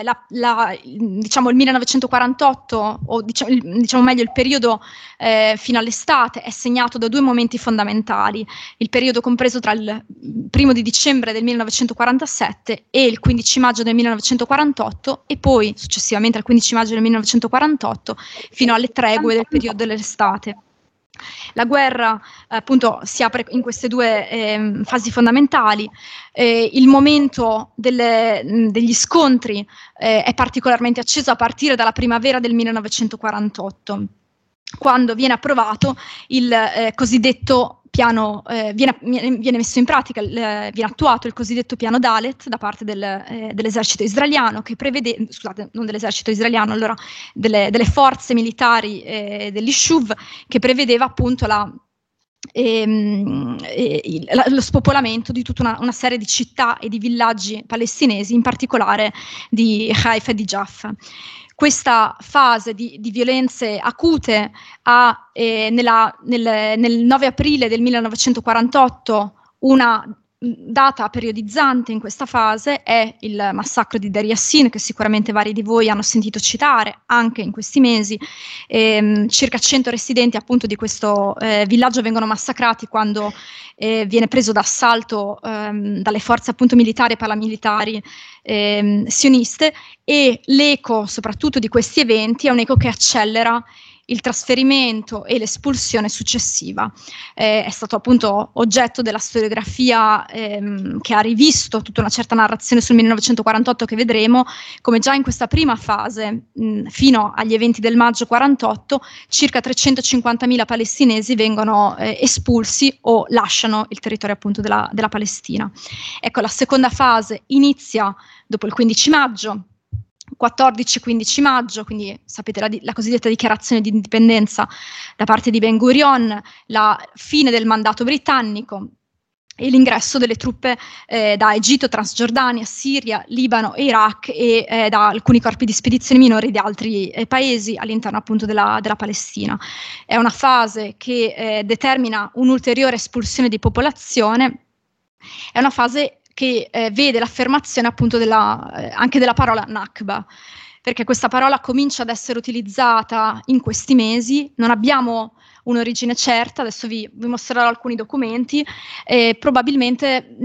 diciamo il 1948, o diciamo meglio il periodo fino all'estate, è segnato da 2 momenti fondamentali: il periodo compreso tra il 1° di dicembre del 1947 e il 15 maggio del 1948, e poi successivamente al 15 maggio del 1948 fino alle tregue del periodo dell'estate. La guerra appunto si apre in queste 2 fasi fondamentali. Il momento degli scontri è particolarmente acceso a partire dalla primavera del 1948, quando viene approvato il cosiddetto piano viene messo in pratica, viene attuato il cosiddetto piano Dalet da parte dell'esercito israeliano, che prevede, scusate, non dell'esercito israeliano, allora delle forze militari dell'Ishuv, che prevedeva appunto lo spopolamento di tutta una serie di città e di villaggi palestinesi, in particolare di Haifa e di Jaffa. Questa fase di violenze acute nel 9 aprile del 1948 una data periodizzante in questa fase è il massacro di Deir Yassin, che sicuramente vari di voi hanno sentito citare anche in questi mesi. Circa 100 residenti appunto di questo villaggio vengono massacrati quando viene preso d'assalto dalle forze appunto militari e paramilitari sioniste, e l'eco soprattutto di questi eventi è un eco che accelera il trasferimento e l'espulsione successiva. È stato appunto oggetto della storiografia che ha rivisto tutta una certa narrazione sul 1948, che vedremo come già in questa prima fase, fino agli eventi del maggio 48, circa 350.000 palestinesi vengono espulsi o lasciano il territorio appunto della Palestina. Ecco, la seconda fase inizia dopo il 15 maggio, 14-15 maggio, quindi sapete la cosiddetta dichiarazione di indipendenza da parte di Ben Gurion, la fine del mandato britannico e l'ingresso delle truppe da Egitto, Transgiordania, Siria, Libano e Iraq e da alcuni corpi di spedizione minori di altri paesi all'interno appunto della Palestina. È una fase che determina un'ulteriore espulsione di popolazione, è una fase che vede l'affermazione appunto anche della parola Nakba, perché questa parola comincia ad essere utilizzata in questi mesi. Non abbiamo un'origine certa, adesso vi mostrerò alcuni documenti, probabilmente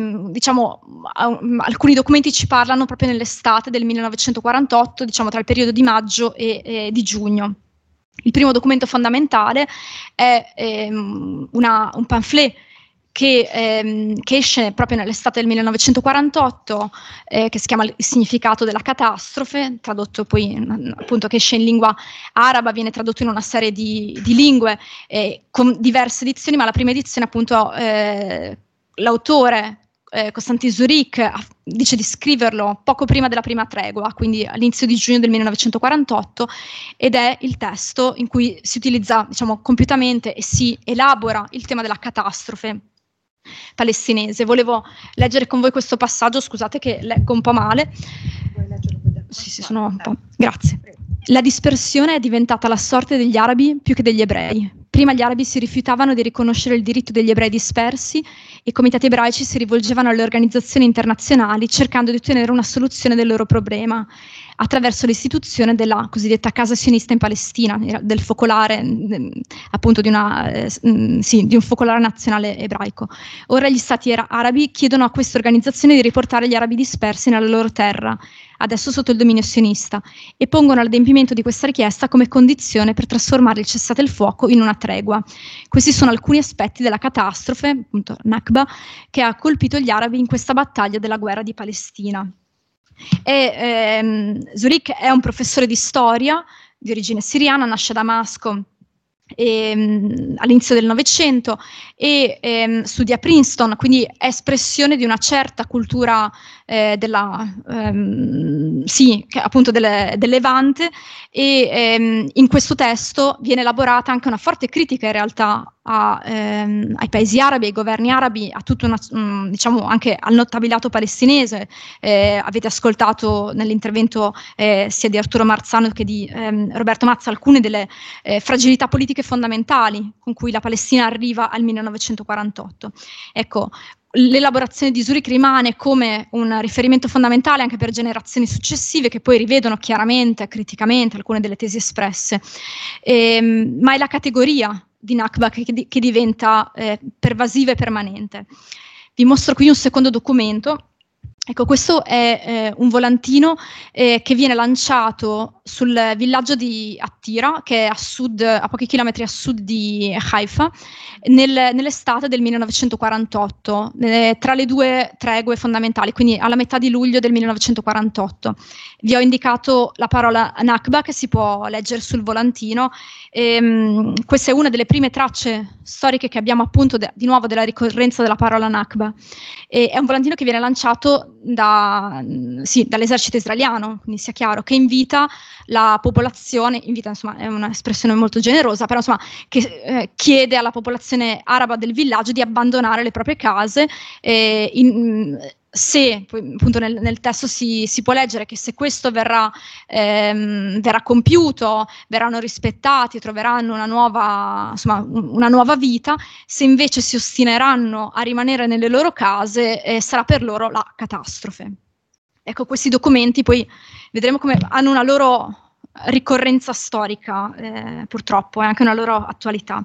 alcuni documenti ci parlano proprio nell'estate del 1948, diciamo tra il periodo di maggio e di giugno. Il primo documento fondamentale è un pamphlet che esce proprio nell'estate del 1948, che si chiama Il significato della catastrofe, tradotto poi appunto, che esce in lingua araba, viene tradotto in una serie di lingue con diverse edizioni, ma la prima edizione appunto l'autore Konstantin Zurik dice di scriverlo poco prima della prima tregua, quindi all'inizio di giugno del 1948, ed è il testo in cui si utilizza, diciamo, compiutamente e si elabora il tema della catastrofe palestinese. Volevo leggere con voi questo passaggio, scusate che leggo un po' male. Sì, sono un po'. Grazie. La dispersione è diventata la sorte degli arabi più che degli ebrei. Prima gli arabi si rifiutavano di riconoscere il diritto degli ebrei dispersi e i comitati ebraici si rivolgevano alle organizzazioni internazionali cercando di ottenere una soluzione del loro problema attraverso l'istituzione della cosiddetta casa sionista in Palestina, del focolare, appunto di un focolare nazionale ebraico. Ora gli stati arabi chiedono a queste organizzazioni di riportare gli arabi dispersi nella loro terra, adesso sotto il dominio sionista, e pongono l'adempimento di questa richiesta come condizione per trasformare il cessate il fuoco in una tregua. Questi sono alcuni aspetti della catastrofe, appunto Nakba, che ha colpito gli arabi in questa battaglia della guerra di Palestina. Zurik è un professore di storia di origine siriana, nasce a Damasco all'inizio del Novecento e studia a Princeton, quindi è espressione di una certa cultura appunto del Levante, e in questo testo viene elaborata anche una forte critica in realtà ai paesi arabi, ai governi arabi, a tutto diciamo anche al notabiliato palestinese. Avete ascoltato nell'intervento sia di Arturo Marzano che di Roberto Mazza alcune delle fragilità politiche fondamentali con cui la Palestina arriva al 1948. Ecco, l'elaborazione di Zurik rimane come un riferimento fondamentale anche per generazioni successive, che poi rivedono chiaramente, criticamente, alcune delle tesi espresse, ma è la categoria di Nakba che diventa pervasiva e permanente. Vi mostro qui un secondo documento Ecco, questo è un volantino che viene lanciato sul villaggio di Attira, che è a sud, a pochi chilometri a sud di Haifa, nell'estate del 1948, tra le due tregue fondamentali, quindi alla metà di luglio del 1948. Vi ho indicato la parola Nakba, che si può leggere sul volantino. Questa è una delle prime tracce storiche che abbiamo, appunto, di nuovo della ricorrenza della parola Nakba. È un volantino che viene lanciato dall'esercito israeliano, quindi sia chiaro, che invita la popolazione, insomma è un'espressione molto generosa, però insomma che chiede alla popolazione araba del villaggio di abbandonare le proprie case. Se poi, appunto, nel testo si può leggere che se questo verrà compiuto, verranno rispettati, troveranno una nuova vita. Se invece si ostineranno a rimanere nelle loro case, sarà per loro la catastrofe. Ecco, questi documenti poi vedremo come hanno una loro ricorrenza storica, purtroppo, e anche una loro attualità.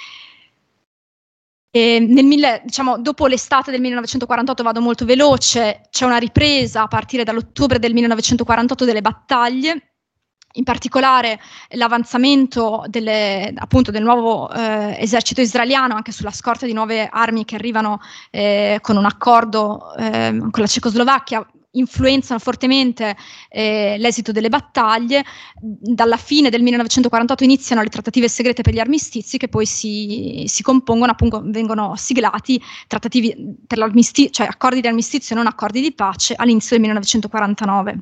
Dopo l'estate del 1948, vado molto veloce, c'è una ripresa a partire dall'ottobre del 1948 delle battaglie, in particolare l'avanzamento del nuovo esercito israeliano, anche sulla scorta di nuove armi che arrivano con un accordo con la Cecoslovacchia, influenzano fortemente l'esito delle battaglie. Dalla fine del 1948 iniziano le trattative segrete per gli armistizi, che poi si compongono, appunto, vengono siglati trattativi per l'armistizio, cioè accordi di armistizio e non accordi di pace, all'inizio del 1949.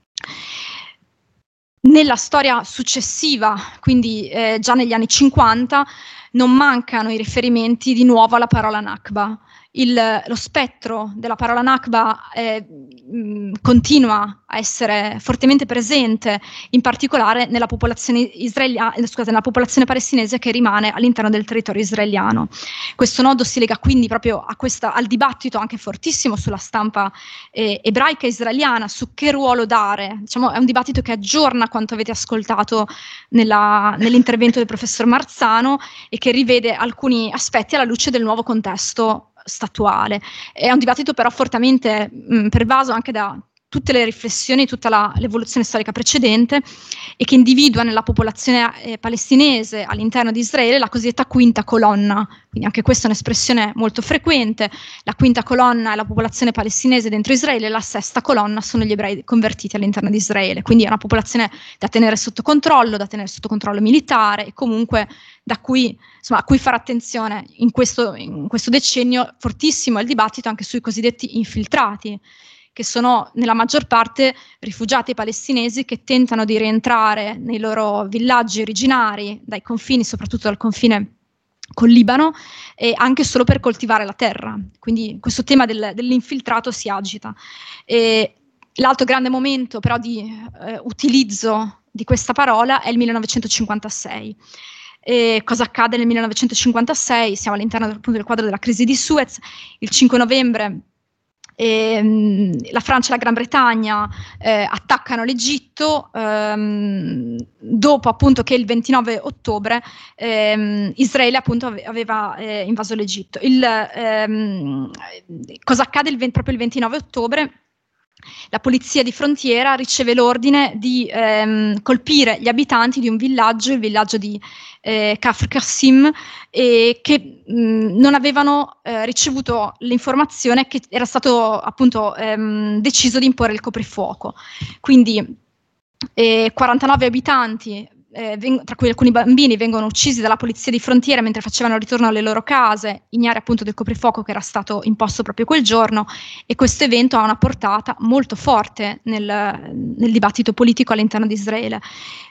Nella storia successiva, quindi già negli anni 50, non mancano i riferimenti di nuovo alla parola Nakba. Lo spettro della parola Nakba continua a essere fortemente presente, in particolare nella popolazione nella popolazione palestinese che rimane all'interno del territorio israeliano. Questo nodo si lega quindi proprio al dibattito anche fortissimo sulla stampa ebraica israeliana, su che ruolo dare. Diciamo, è un dibattito che aggiorna quanto avete ascoltato nell'intervento del professor Marzano e che rivede alcuni aspetti alla luce del nuovo contesto statuale. È un dibattito però fortemente pervaso anche da tutte le riflessioni, tutta l'evoluzione storica precedente, e che individua nella popolazione palestinese all'interno di Israele la cosiddetta quinta colonna. Quindi anche questa è un'espressione molto frequente. La quinta colonna è la popolazione palestinese dentro Israele, la sesta colonna sono gli ebrei convertiti all'interno di Israele. Quindi è una popolazione da tenere sotto controllo militare, e comunque a cui fare attenzione. In questo decennio fortissimo è il dibattito anche sui cosiddetti infiltrati, che sono nella maggior parte rifugiati palestinesi che tentano di rientrare nei loro villaggi originari, dai confini, soprattutto dal confine col Libano, e anche solo per coltivare la terra. Quindi questo tema dell'infiltrato si agita. L'altro grande momento però di utilizzo di questa parola è il 1956. Cosa accade nel 1956? Siamo all'interno appunto del quadro della crisi di Suez. Il 5 novembre la Francia e la Gran Bretagna attaccano l'Egitto, dopo appunto che il 29 ottobre Israele appunto aveva invaso l'Egitto. Cosa accade proprio il 29 ottobre? La polizia di frontiera riceve l'ordine di colpire gli abitanti di un villaggio, il villaggio di Kafr Qasim, che non avevano ricevuto l'informazione che era stato appunto deciso di imporre il coprifuoco. Quindi 49 abitanti, tra cui alcuni bambini, vengono uccisi dalla polizia di frontiera mentre facevano il ritorno alle loro case, ignari appunto del coprifuoco che era stato imposto proprio quel giorno. E questo evento ha una portata molto forte nel dibattito politico all'interno di Israele.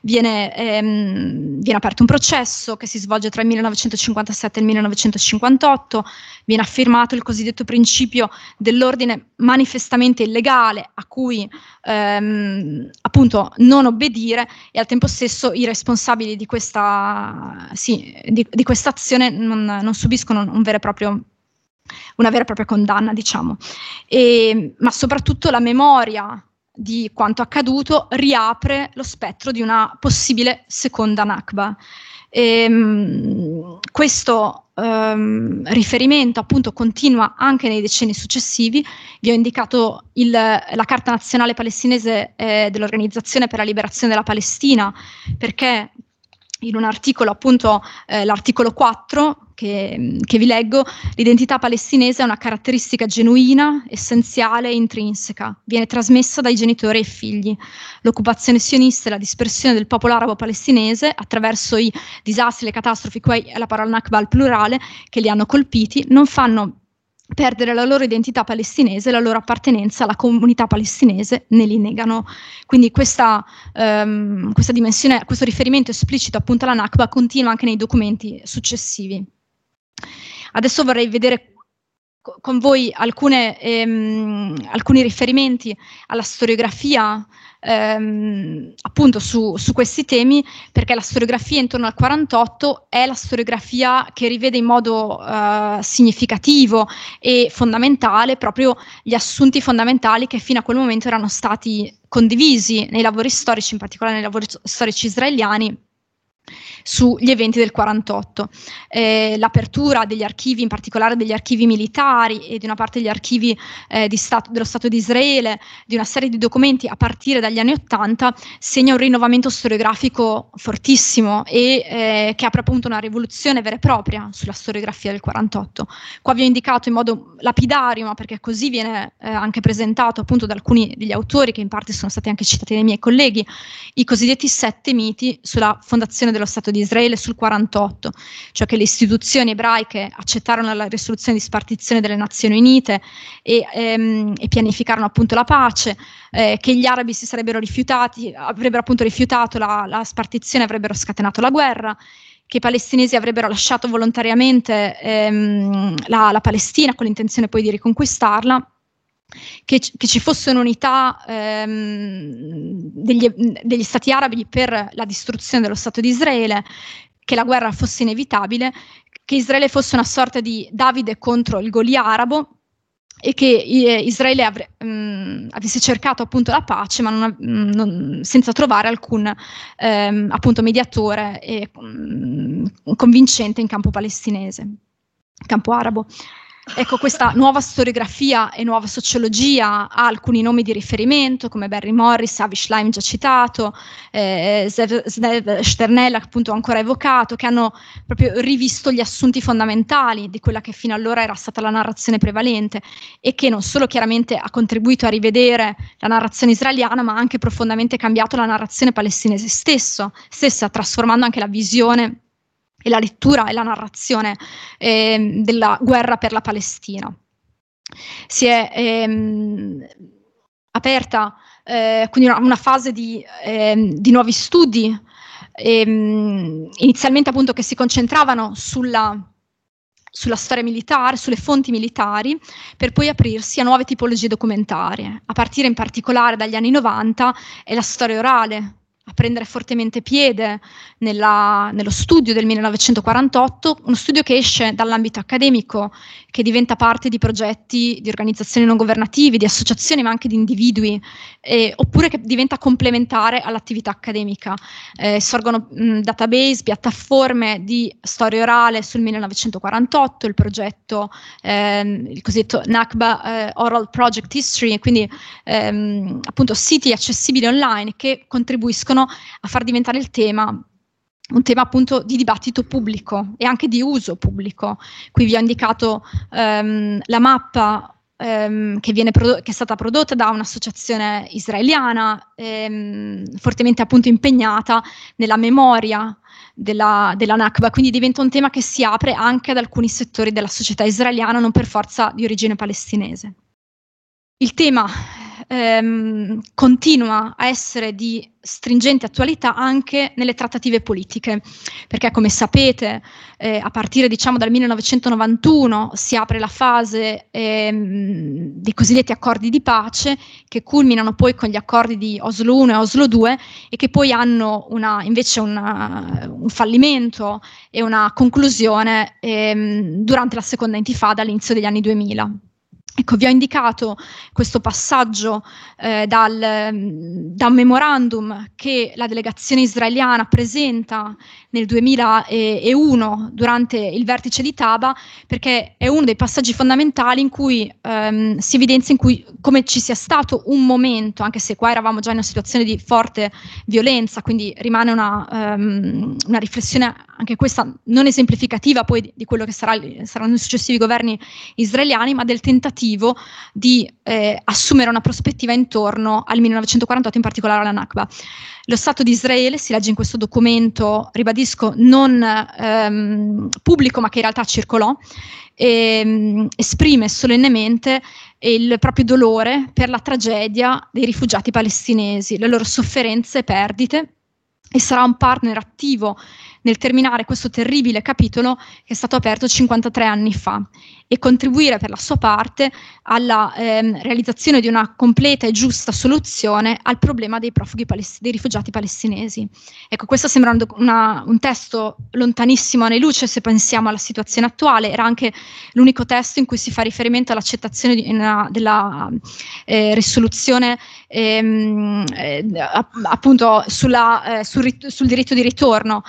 Viene aperto un processo che si svolge tra il 1957 e il 1958, viene affirmato il cosiddetto principio dell'ordine manifestamente illegale, a cui appunto non obbedire, e al tempo stesso i responsabili di questa azione non subiscono una vera e propria condanna, diciamo. Ma soprattutto la memoria di quanto accaduto riapre lo spettro di una possibile seconda Nakba. Questo riferimento appunto continua anche nei decenni successivi. Vi ho indicato la Carta Nazionale Palestinese dell'Organizzazione per la Liberazione della Palestina, perché in un articolo, appunto l'articolo 4, che vi leggo: l'identità palestinese è una caratteristica genuina, essenziale e intrinseca, viene trasmessa dai genitori ai figli. L'occupazione sionista e la dispersione del popolo arabo palestinese attraverso i disastri, le catastrofi, qui è la parola Nakba al plurale, che li hanno colpiti, non fanno perdere la loro identità palestinese, la loro appartenenza alla comunità palestinese, ne li negano. Quindi questa dimensione, questo riferimento esplicito appunto alla Nakba continua anche nei documenti successivi. Adesso vorrei vedere con voi alcuni riferimenti alla storiografia appunto su questi temi, perché la storiografia intorno al 48 è la storiografia che rivede in modo significativo e fondamentale proprio gli assunti fondamentali che fino a quel momento erano stati condivisi nei lavori storici, in particolare nei lavori storici israeliani, sugli eventi del 48. L'apertura degli archivi, in particolare degli archivi militari e di una parte degli archivi dello Stato di Israele, di una serie di documenti a partire dagli anni 80, segna un rinnovamento storiografico fortissimo e che apre appunto una rivoluzione vera e propria sulla storiografia del 48. Qua vi ho indicato in modo lapidario, ma perché così viene anche presentato appunto da alcuni degli autori, che in parte sono stati anche citati dai miei colleghi, i cosiddetti 7 miti sulla fondazione dello Stato di Israele sul 48, cioè che le istituzioni ebraiche accettarono la risoluzione di spartizione delle Nazioni Unite e pianificarono appunto la pace, che gli arabi si sarebbero rifiutati, avrebbero appunto rifiutato la spartizione, avrebbero scatenato la guerra, che i palestinesi avrebbero lasciato volontariamente la Palestina con l'intenzione poi di riconquistarla, che ci fosse un'unità degli stati arabi per la distruzione dello Stato di Israele, che la guerra fosse inevitabile, che Israele fosse una sorta di Davide contro il Golia arabo e che Israele avesse cercato appunto la pace, ma senza trovare alcun appunto mediatore convincente in campo palestinese, in campo arabo. Ecco, questa nuova storiografia e nuova sociologia ha alcuni nomi di riferimento, come Barry Morris, Avi Shlaim già citato, Zev Sternel appunto ancora evocato, che hanno proprio rivisto gli assunti fondamentali di quella che fino allora era stata la narrazione prevalente e che non solo chiaramente ha contribuito a rivedere la narrazione israeliana, ma ha anche profondamente cambiato la narrazione palestinese stessa, trasformando anche la visione e la lettura e la narrazione della guerra per la Palestina. Si è aperta quindi una fase di nuovi studi, inizialmente appunto che si concentravano sulla storia militare, sulle fonti militari, per poi aprirsi a nuove tipologie documentarie. A partire in particolare dagli anni 90 è la storia orale a prendere fortemente piede nello studio del 1948, uno studio che esce dall'ambito accademico, che diventa parte di progetti di organizzazioni non governative, di associazioni, ma anche di individui, oppure che diventa complementare all'attività accademica. Sorgono database, piattaforme di storia orale sul 1948, il progetto, il cosiddetto Nakba Oral Project History, quindi appunto siti accessibili online che contribuiscono a far diventare il tema un tema appunto di dibattito pubblico e anche di uso pubblico. Qui vi ho indicato la mappa che è stata prodotta da un'associazione israeliana fortemente appunto impegnata nella memoria della Nakba, quindi diventa un tema che si apre anche ad alcuni settori della società israeliana, non per forza di origine palestinese. Il tema continua a essere di stringente attualità anche nelle trattative politiche, perché come sapete a partire diciamo dal 1991 si apre la fase dei cosiddetti accordi di pace, che culminano poi con gli accordi di Oslo 1 e Oslo 2 e che poi hanno invece un fallimento e una conclusione durante la seconda intifada all'inizio degli anni 2000. Ecco, vi ho indicato questo passaggio da un memorandum che la delegazione israeliana presenta nel 2001 durante il vertice di Taba, perché è uno dei passaggi fondamentali in cui si evidenzia come ci sia stato un momento, anche se qua eravamo già in una situazione di forte violenza, quindi rimane una riflessione anche questa non esemplificativa poi di quello che saranno i successivi governi israeliani, ma del tentativo di assumere una prospettiva intorno al 1948, in particolare alla Nakba. Lo Stato di Israele, si legge in questo documento, ribadisco, non pubblico ma che in realtà circolò, esprime solennemente il proprio dolore per la tragedia dei rifugiati palestinesi, le loro sofferenze e perdite, e sarà un partner attivo nel terminare questo terribile capitolo che è stato aperto 53 anni fa e contribuire per la sua parte alla realizzazione di una completa e giusta soluzione al problema dei profughi dei rifugiati palestinesi. Ecco, questo sembra un testo lontanissimo anni luce se pensiamo alla situazione attuale. Era anche l'unico testo in cui si fa riferimento all'accettazione della risoluzione appunto sul diritto di ritorno.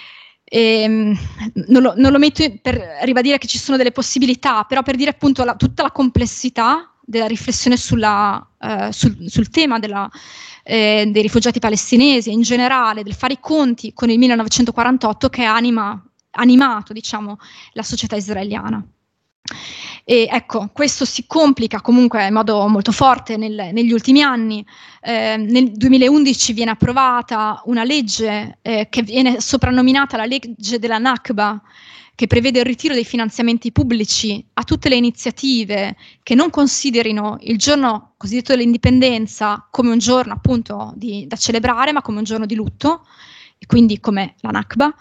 Non lo metto per ribadire che ci sono delle possibilità, però per dire appunto tutta la complessità della riflessione sul tema dei rifugiati palestinesi e in generale del fare i conti con il 1948 che ha animato, diciamo, la società israeliana. E ecco, questo si complica comunque in modo molto forte negli ultimi anni. Nel 2011 viene approvata una legge che viene soprannominata la legge della Nakba, che prevede il ritiro dei finanziamenti pubblici a tutte le iniziative che non considerino il giorno cosiddetto dell'indipendenza come un giorno appunto da celebrare, ma come un giorno di lutto, e quindi come la Nakba,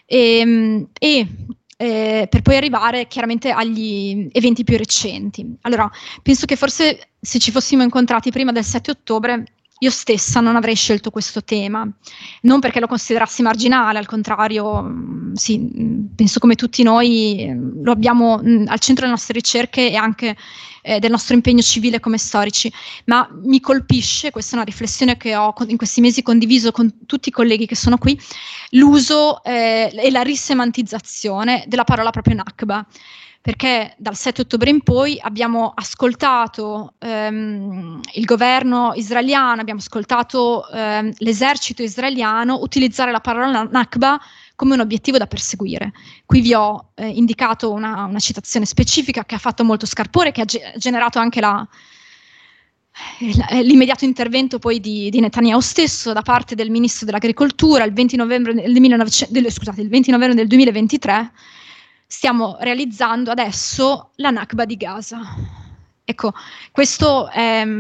per poi arrivare chiaramente agli eventi più recenti. Allora, penso che forse se ci fossimo incontrati prima del 7 ottobre, io stessa non avrei scelto questo tema, non perché lo considerassi marginale, al contrario, sì, penso come tutti noi lo abbiamo al centro delle nostre ricerche e anche del nostro impegno civile come storici, ma mi colpisce, questa è una riflessione che ho in questi mesi condiviso con tutti i colleghi che sono qui, l'uso e la risemantizzazione della parola proprio Nakba, perché dal 7 ottobre in poi abbiamo ascoltato il governo israeliano, abbiamo ascoltato l'esercito israeliano utilizzare la parola Nakba come un obiettivo da perseguire. Qui vi ho indicato una citazione specifica che ha fatto molto scalpore, che ha generato anche l'immediato intervento poi di Netanyahu stesso da parte del ministro dell'agricoltura il 20 novembre del 2023. Stiamo realizzando adesso la Nakba di Gaza. Ecco, questo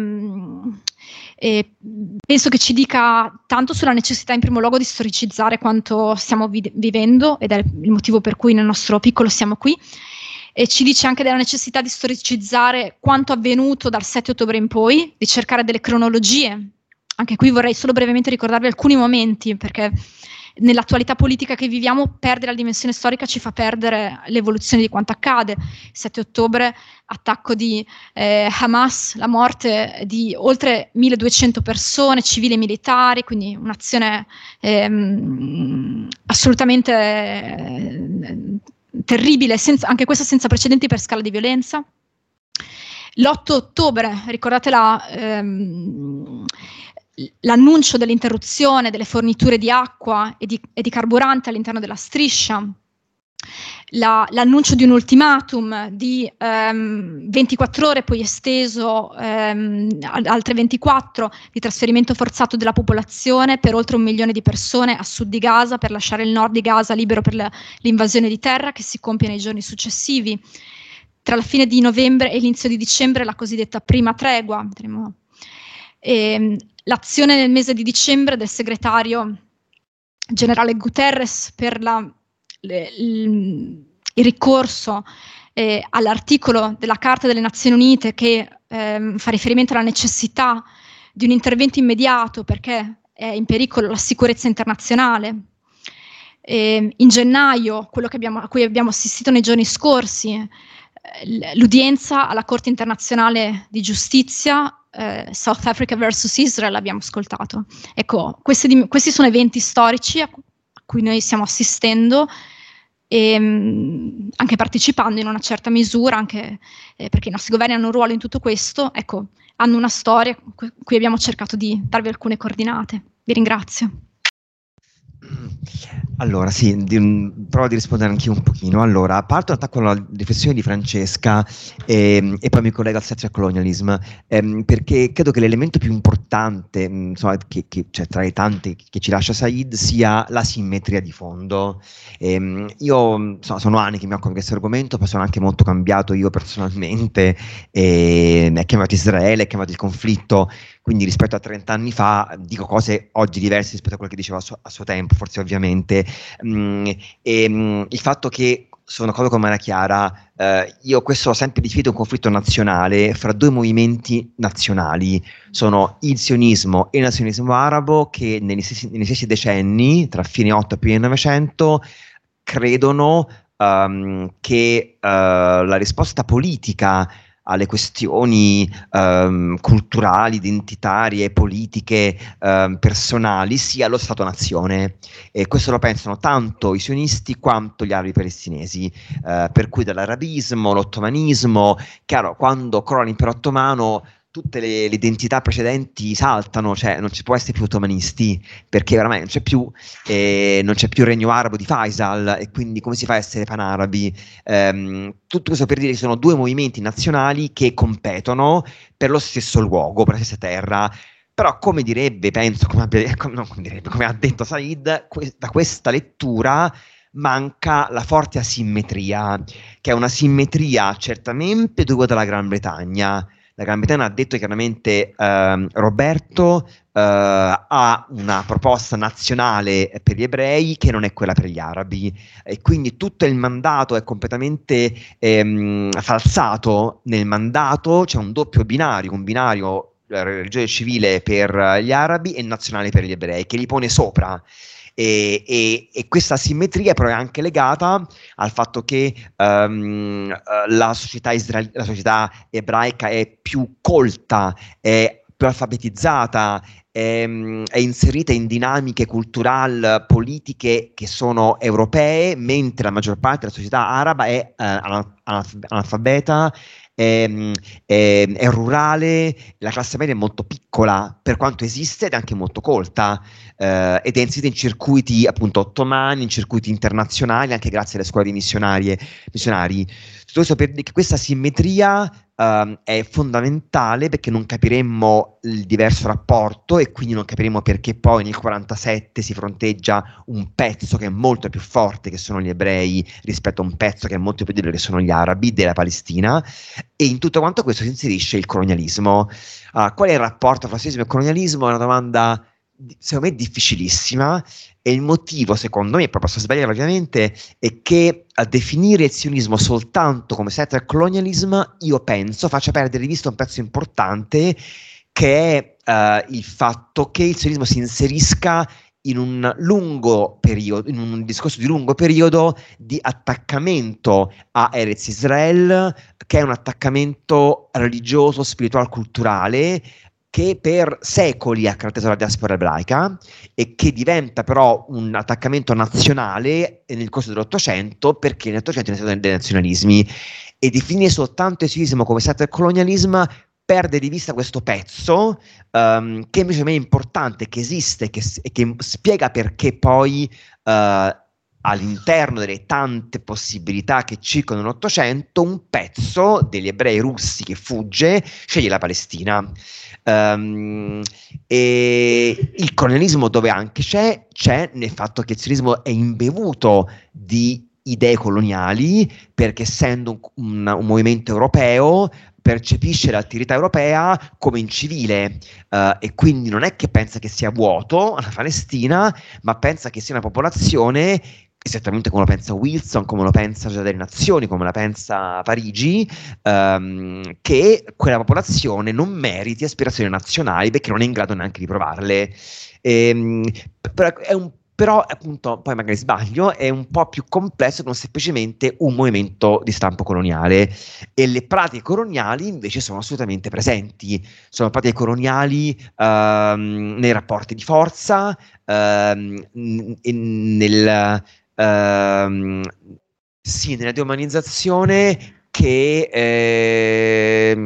penso che ci dica tanto sulla necessità in primo luogo di storicizzare quanto stiamo vivendo, ed è il motivo per cui nel nostro piccolo siamo qui, e ci dice anche della necessità di storicizzare quanto avvenuto dal 7 ottobre in poi, di cercare delle cronologie. Anche qui vorrei solo brevemente ricordarvi alcuni momenti, perché nell'attualità politica che viviamo perdere la dimensione storica ci fa perdere l'evoluzione di quanto accade. 7 ottobre, attacco di Hamas, la morte di oltre 1200 persone, civili e militari, quindi un'azione assolutamente terribile, anche questa senza precedenti per scala di violenza. L'8 ottobre, ricordate l'annuncio dell'interruzione delle forniture di acqua e di carburante all'interno della striscia, l'annuncio di un ultimatum di 24 ore poi esteso altre 24 di trasferimento forzato della popolazione per oltre 1 milione di persone a sud di Gaza per lasciare il nord di Gaza libero per l'invasione di terra che si compie nei giorni successivi. Tra la fine di novembre e l'inizio di dicembre la cosiddetta prima tregua. L'azione nel mese di dicembre del segretario generale Guterres per il ricorso all'articolo della Carta delle Nazioni Unite che fa riferimento alla necessità di un intervento immediato perché è in pericolo la sicurezza internazionale. In gennaio, quello a cui abbiamo assistito nei giorni scorsi, l'udienza alla Corte internazionale di giustizia, South Africa versus Israel, abbiamo ascoltato. Ecco, questi sono eventi storici a cui noi stiamo assistendo e anche partecipando in una certa misura, anche perché i nostri governi hanno un ruolo in tutto questo. Ecco, hanno una storia cui abbiamo cercato di darvi alcune coordinate. Vi ringrazio. Allora, sì, provo di rispondere anche io un pochino. Allora, parto in attacco alla riflessione di Francesca e poi mi collego al settler colonialism, perché credo che l'elemento più importante, insomma, cioè, tra i tanti che ci lascia Said, sia la simmetria di fondo. Io insomma, sono anni che mi occupo di questo argomento, poi sono anche molto cambiato io personalmente, è chiamato Israele, è chiamato il conflitto. Quindi rispetto a 30 anni fa dico cose oggi diverse rispetto a quello che dicevo a suo tempo, forse ovviamente. Il fatto che sono d'accordo con Maria Chiara, io questo l'ho sempre definito un conflitto nazionale fra due movimenti nazionali, sono il sionismo e il nazionalismo arabo, che negli stessi decenni, tra fine 8 e fine 900, credono che la risposta politica alle questioni culturali, identitarie, politiche, personali, sia lo Stato-nazione. E questo lo pensano tanto i sionisti quanto gli arabi palestinesi, per cui dall'arabismo, l'ottomanismo. Chiaro, quando crolla l'impero ottomano tutte le identità precedenti saltano, cioè non ci può essere più ottomanisti, perché veramente non c'è più il regno arabo di Faisal, e quindi come si fa a essere panarabi? Tutto questo per dire che sono due movimenti nazionali che competono per lo stesso luogo, per la stessa terra. Però come direbbe, penso, come ha detto Said, da questa lettura manca la forte asimmetria, che è una simmetria certamente dovuta alla Gran Bretagna. La Gran Bretagna ha detto chiaramente Roberto ha una proposta nazionale per gli ebrei che non è quella per gli arabi, e quindi tutto il mandato è completamente falsato. Nel mandato c'è un doppio binario, un binario religione civile per gli arabi e nazionale per gli ebrei, che li pone sopra. E questa asimmetria però è anche legata al fatto che la società ebraica è più colta, è più alfabetizzata, è inserita in dinamiche culturali, politiche che sono europee, mentre la maggior parte della società araba è analfabeta, è rurale, la classe media è molto piccola per quanto esiste ed è anche molto colta, ed è inserita in circuiti appunto ottomani, in circuiti internazionali, anche grazie alle scuole missionari. Tutto questo per dire che questa simmetria è fondamentale, perché non capiremmo il diverso rapporto e quindi non capiremo perché poi nel 47 si fronteggia un pezzo che è molto più forte, che sono gli ebrei, rispetto a un pezzo che è molto più debole, che sono gli arabi della Palestina. E in tutto quanto questo si inserisce il colonialismo. Qual è il rapporto fra sionismo e colonialismo? È una domanda secondo me difficilissima, e il motivo, secondo me, proprio se sbagliare ovviamente, è che a definire il sionismo soltanto come settler colonialism, io penso faccia perdere di vista un pezzo importante, che è il fatto che il sionismo si inserisca in un lungo periodo, in un discorso di lungo periodo di attaccamento a Eretz Israel, che è un attaccamento religioso, spirituale, culturale, che per secoli ha caratterizzato la diaspora ebraica e che diventa però un attaccamento nazionale nel corso dell'Ottocento, perché nell'Ottocento ci sono stati dei nazionalismi, e definire soltanto il sionismo come settler colonialism perde di vista questo pezzo, che invece a me è importante, che esiste e che spiega perché poi all'interno delle tante possibilità che circolano nell'Ottocento, un pezzo degli ebrei russi che fugge sceglie la Palestina. E il colonialismo dove anche c'è nel fatto che il sionismo è imbevuto di idee coloniali, perché essendo un movimento europeo percepisce l'alterità europea come incivile, e quindi non è che pensa che sia vuoto la Palestina, ma pensa che sia una popolazione, esattamente come lo pensa Wilson, come lo pensa Già delle Nazioni, come la pensa Parigi, che quella popolazione non meriti aspirazioni nazionali perché non è in grado neanche di provarle. Però è un però appunto, poi magari sbaglio, è un po' più complesso che non semplicemente un movimento di stampo coloniale, e le pratiche coloniali invece sono assolutamente presenti, sono pratiche coloniali nei rapporti di forza, nella deumanizzazione che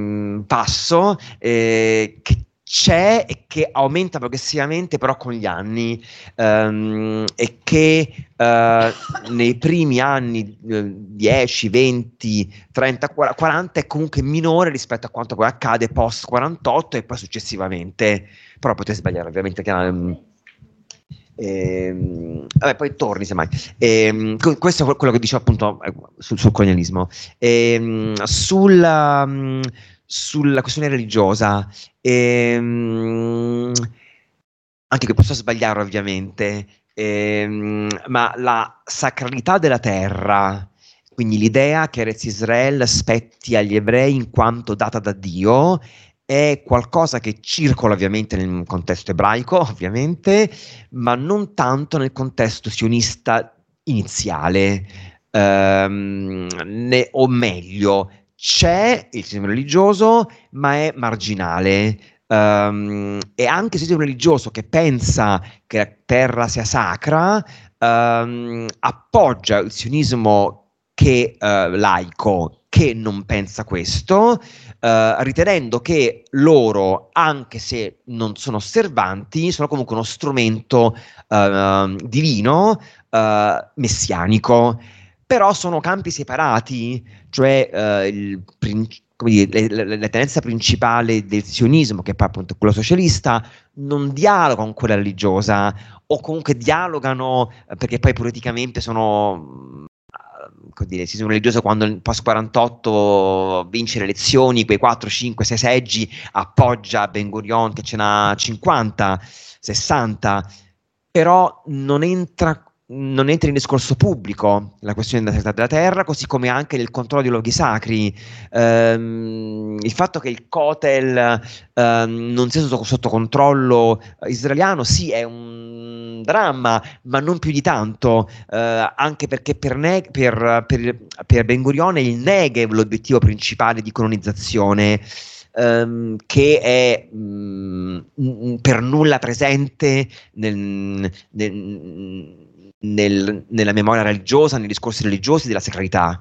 che c'è e che aumenta progressivamente però con gli anni, e che nei primi anni 10, 20, 30, 40 è comunque minore rispetto a quanto poi accade post 48 e poi successivamente, però potete sbagliare ovviamente, vabbè, poi torni semmai. Questo è quello che dicevo appunto sul colonialismo. Sulla questione religiosa, anche che posso sbagliare ovviamente, ma la sacralità della terra, quindi l'idea che Eretz Israel spetti agli ebrei in quanto data da Dio, è qualcosa che circola ovviamente nel contesto ebraico, ovviamente, ma non tanto nel contesto sionista iniziale, o meglio, c'è il sionismo religioso, ma è marginale. E anche il sionismo religioso che pensa che la terra sia sacra, appoggia il sionismo laico che non pensa questo, ritenendo che loro, anche se non sono osservanti, sono comunque uno strumento divino, messianico. Però sono campi separati, cioè la tendenza principale del sionismo, che è appunto quello socialista, non dialoga con quella religiosa, o comunque dialogano perché poi politicamente sono, il sionismo religioso, quando nel post 48 vince le elezioni, quei 4, 5, 6 seggi, appoggia Ben Gurion che ce n'ha 50, 60, però non entra in discorso pubblico la questione della sacralità della terra, così come anche del controllo dei luoghi sacri. Il fatto che il Kotel non sia sotto controllo israeliano, sì, è un dramma, ma non più di tanto, anche perché per Ben Gurion è il Negev l'obiettivo principale di colonizzazione, che è per nulla presente nella memoria religiosa, nei discorsi religiosi della sacralità.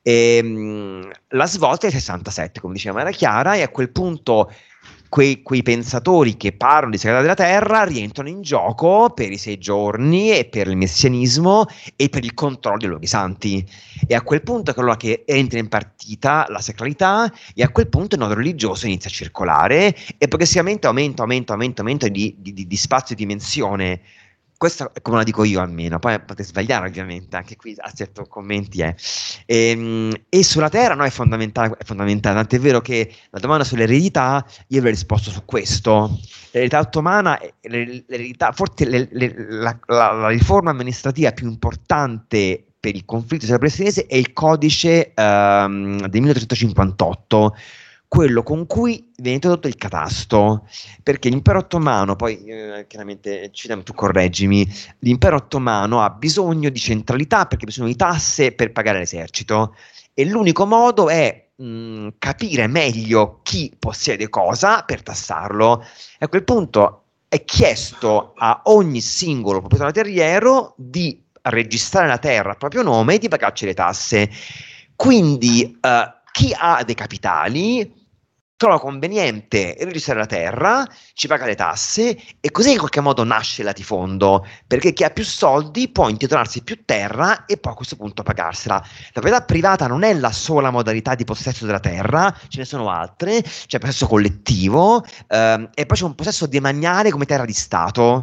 La svolta è il 67, come diceva Maria Chiara, e a quel punto quei pensatori che parlano di sacralità della terra rientrano in gioco per i 6 giorni e per il messianismo e per il controllo dei luoghi santi, e a quel punto è quello che entra in partita la sacralità, e a quel punto il nodo religioso inizia a circolare e progressivamente aumenta di spazio e dimensione. Questo è come la dico io, almeno, poi potete sbagliare ovviamente, anche qui a certi commenti e sulla terra è fondamentale, tant'è vero che la domanda sull'eredità io vi ho risposto su questo. L'eredità ottomana, forse la riforma amministrativa più importante per il conflitto israelo-palestinese è il codice del 1858, quello con cui viene introdotto il catasto, perché l'impero ottomano, poi chiaramente tu correggimi, l'impero ottomano ha bisogno di centralità perché ha bisogno di tasse per pagare l'esercito, e l'unico modo è capire meglio chi possiede cosa per tassarlo, e a quel punto è chiesto a ogni singolo proprietario terriero di registrare la terra a proprio nome e di pagarci le tasse. Quindi chi ha dei capitali trova conveniente registrare la terra, ci paga le tasse, e così in qualche modo nasce il latifondo, perché chi ha più soldi può intitolarsi più terra e poi a questo punto pagarsela. La proprietà privata non è la sola modalità di possesso della terra, ce ne sono altre, c'è il possesso collettivo, e poi c'è un possesso demaniale come terra di Stato,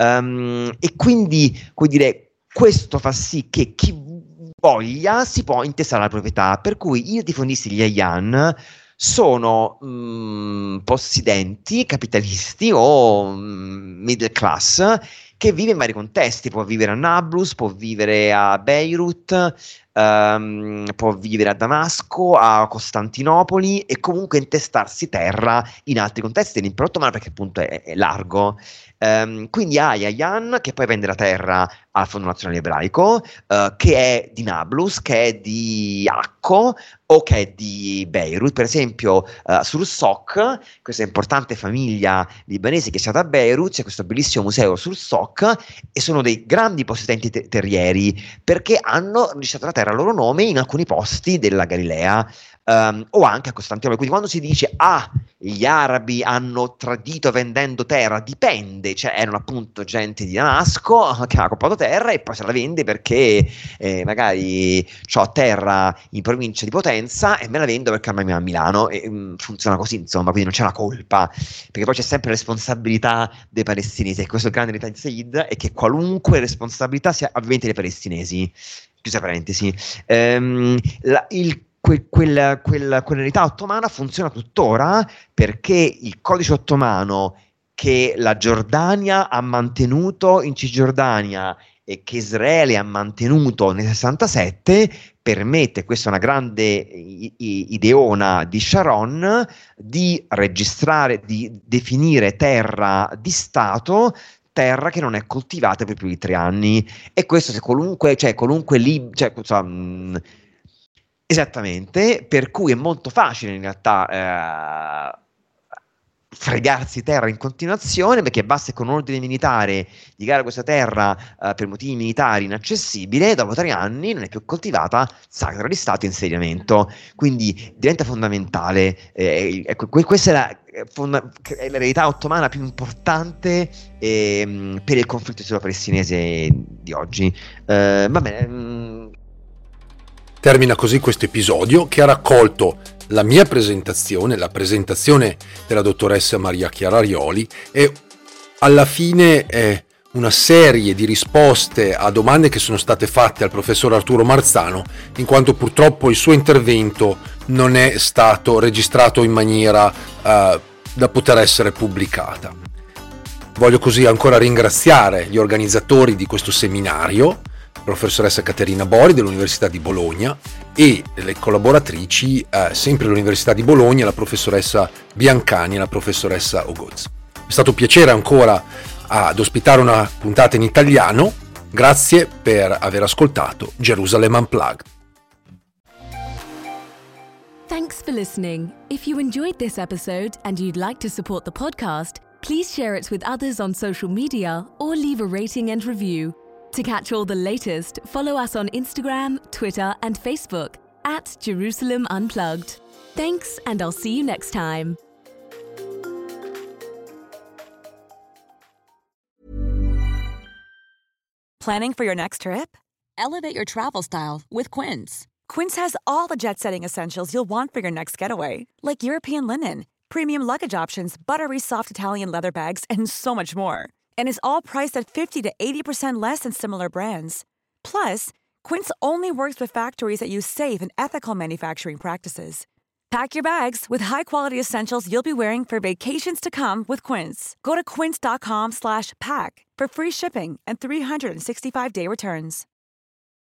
e quindi, come dire, questo fa sì che chi voglia si può intestare la proprietà, per cui i latifondisti, gli Ayan, sono possidenti, capitalisti o middle class che vive in vari contesti, può vivere a Nablus, può vivere a Beirut, può vivere a Damasco, a Costantinopoli e comunque intestarsi terra in altri contesti dell'impero ottomano, perché appunto è largo. Quindi hai Ayyan che poi vende la terra al Fondo Nazionale Ebraico, che è di Nablus, che è di Acco o che è di Beirut. Per esempio Sursock, questa importante famiglia libanese che è stata a Beirut, c'è questo bellissimo museo Sursock e sono dei grandi possedenti terrieri, perché hanno registrato la terra a loro nome in alcuni posti della Galilea. O anche a Costantinopoli. Quindi quando si dice gli arabi hanno tradito vendendo terra, dipende, cioè erano appunto gente di Damasco che ha comprato terra e poi se la vende perché magari ho terra in provincia di Potenza e me la vendo perché a Milano, e funziona così, insomma, quindi non c'è una colpa, perché poi c'è sempre responsabilità dei palestinesi, e questo è il grande verità di Said, è che qualunque responsabilità sia ovviamente dei palestinesi, chiusa parentesi. Quell'eredità ottomana funziona tuttora, perché il codice ottomano che la Giordania ha mantenuto in Cisgiordania e che Israele ha mantenuto nel 67 permette, questa è una grande ideona di Sharon, di registrare, di definire terra di Stato, terra che non è coltivata per più di 3 anni, e questo se esattamente, per cui è molto facile in realtà fregarsi terra in continuazione, perché basta con un ordine militare dichiarare questa terra per motivi militari inaccessibile, dopo 3 anni non è più coltivata, sacra di Stato, insediamento. Quindi diventa fondamentale, questa è l'eredità ottomana più importante per il conflitto israelo-palestinese di oggi. Va bene. Termina così questo episodio che ha raccolto la mia presentazione, la presentazione della dottoressa Maria Chiara Arioli e alla fine una serie di risposte a domande che sono state fatte al professor Arturo Marzano, in quanto purtroppo il suo intervento non è stato registrato in maniera da poter essere pubblicata. Voglio così ancora ringraziare gli organizzatori di questo seminario, professoressa Caterina Bori dell'Università di Bologna e le collaboratrici sempre dell'Università di Bologna, la professoressa Biancani e la professoressa Ogoz. È stato un piacere ancora ad ospitare una puntata in italiano. Grazie per aver ascoltato Jerusalem Unplugged. Thanks for listening. If you enjoyed this episode and you'd like to support the podcast, please share it with others on social media or leave a rating and review. To catch all the latest, follow us on Instagram, Twitter, and Facebook at Jerusalem Unplugged. Thanks, and I'll see you next time. Planning for your next trip? Elevate your travel style with Quince. Quince has all the jet-setting essentials you'll want for your next getaway, like European linen, premium luggage options, buttery soft Italian leather bags, and so much more. And is all priced at 50 to 80% less than similar brands. Plus, Quince only works with factories that use safe and ethical manufacturing practices. Pack your bags with high-quality essentials you'll be wearing for vacations to come with Quince. Go to quince.com/pack for free shipping and 365-day returns.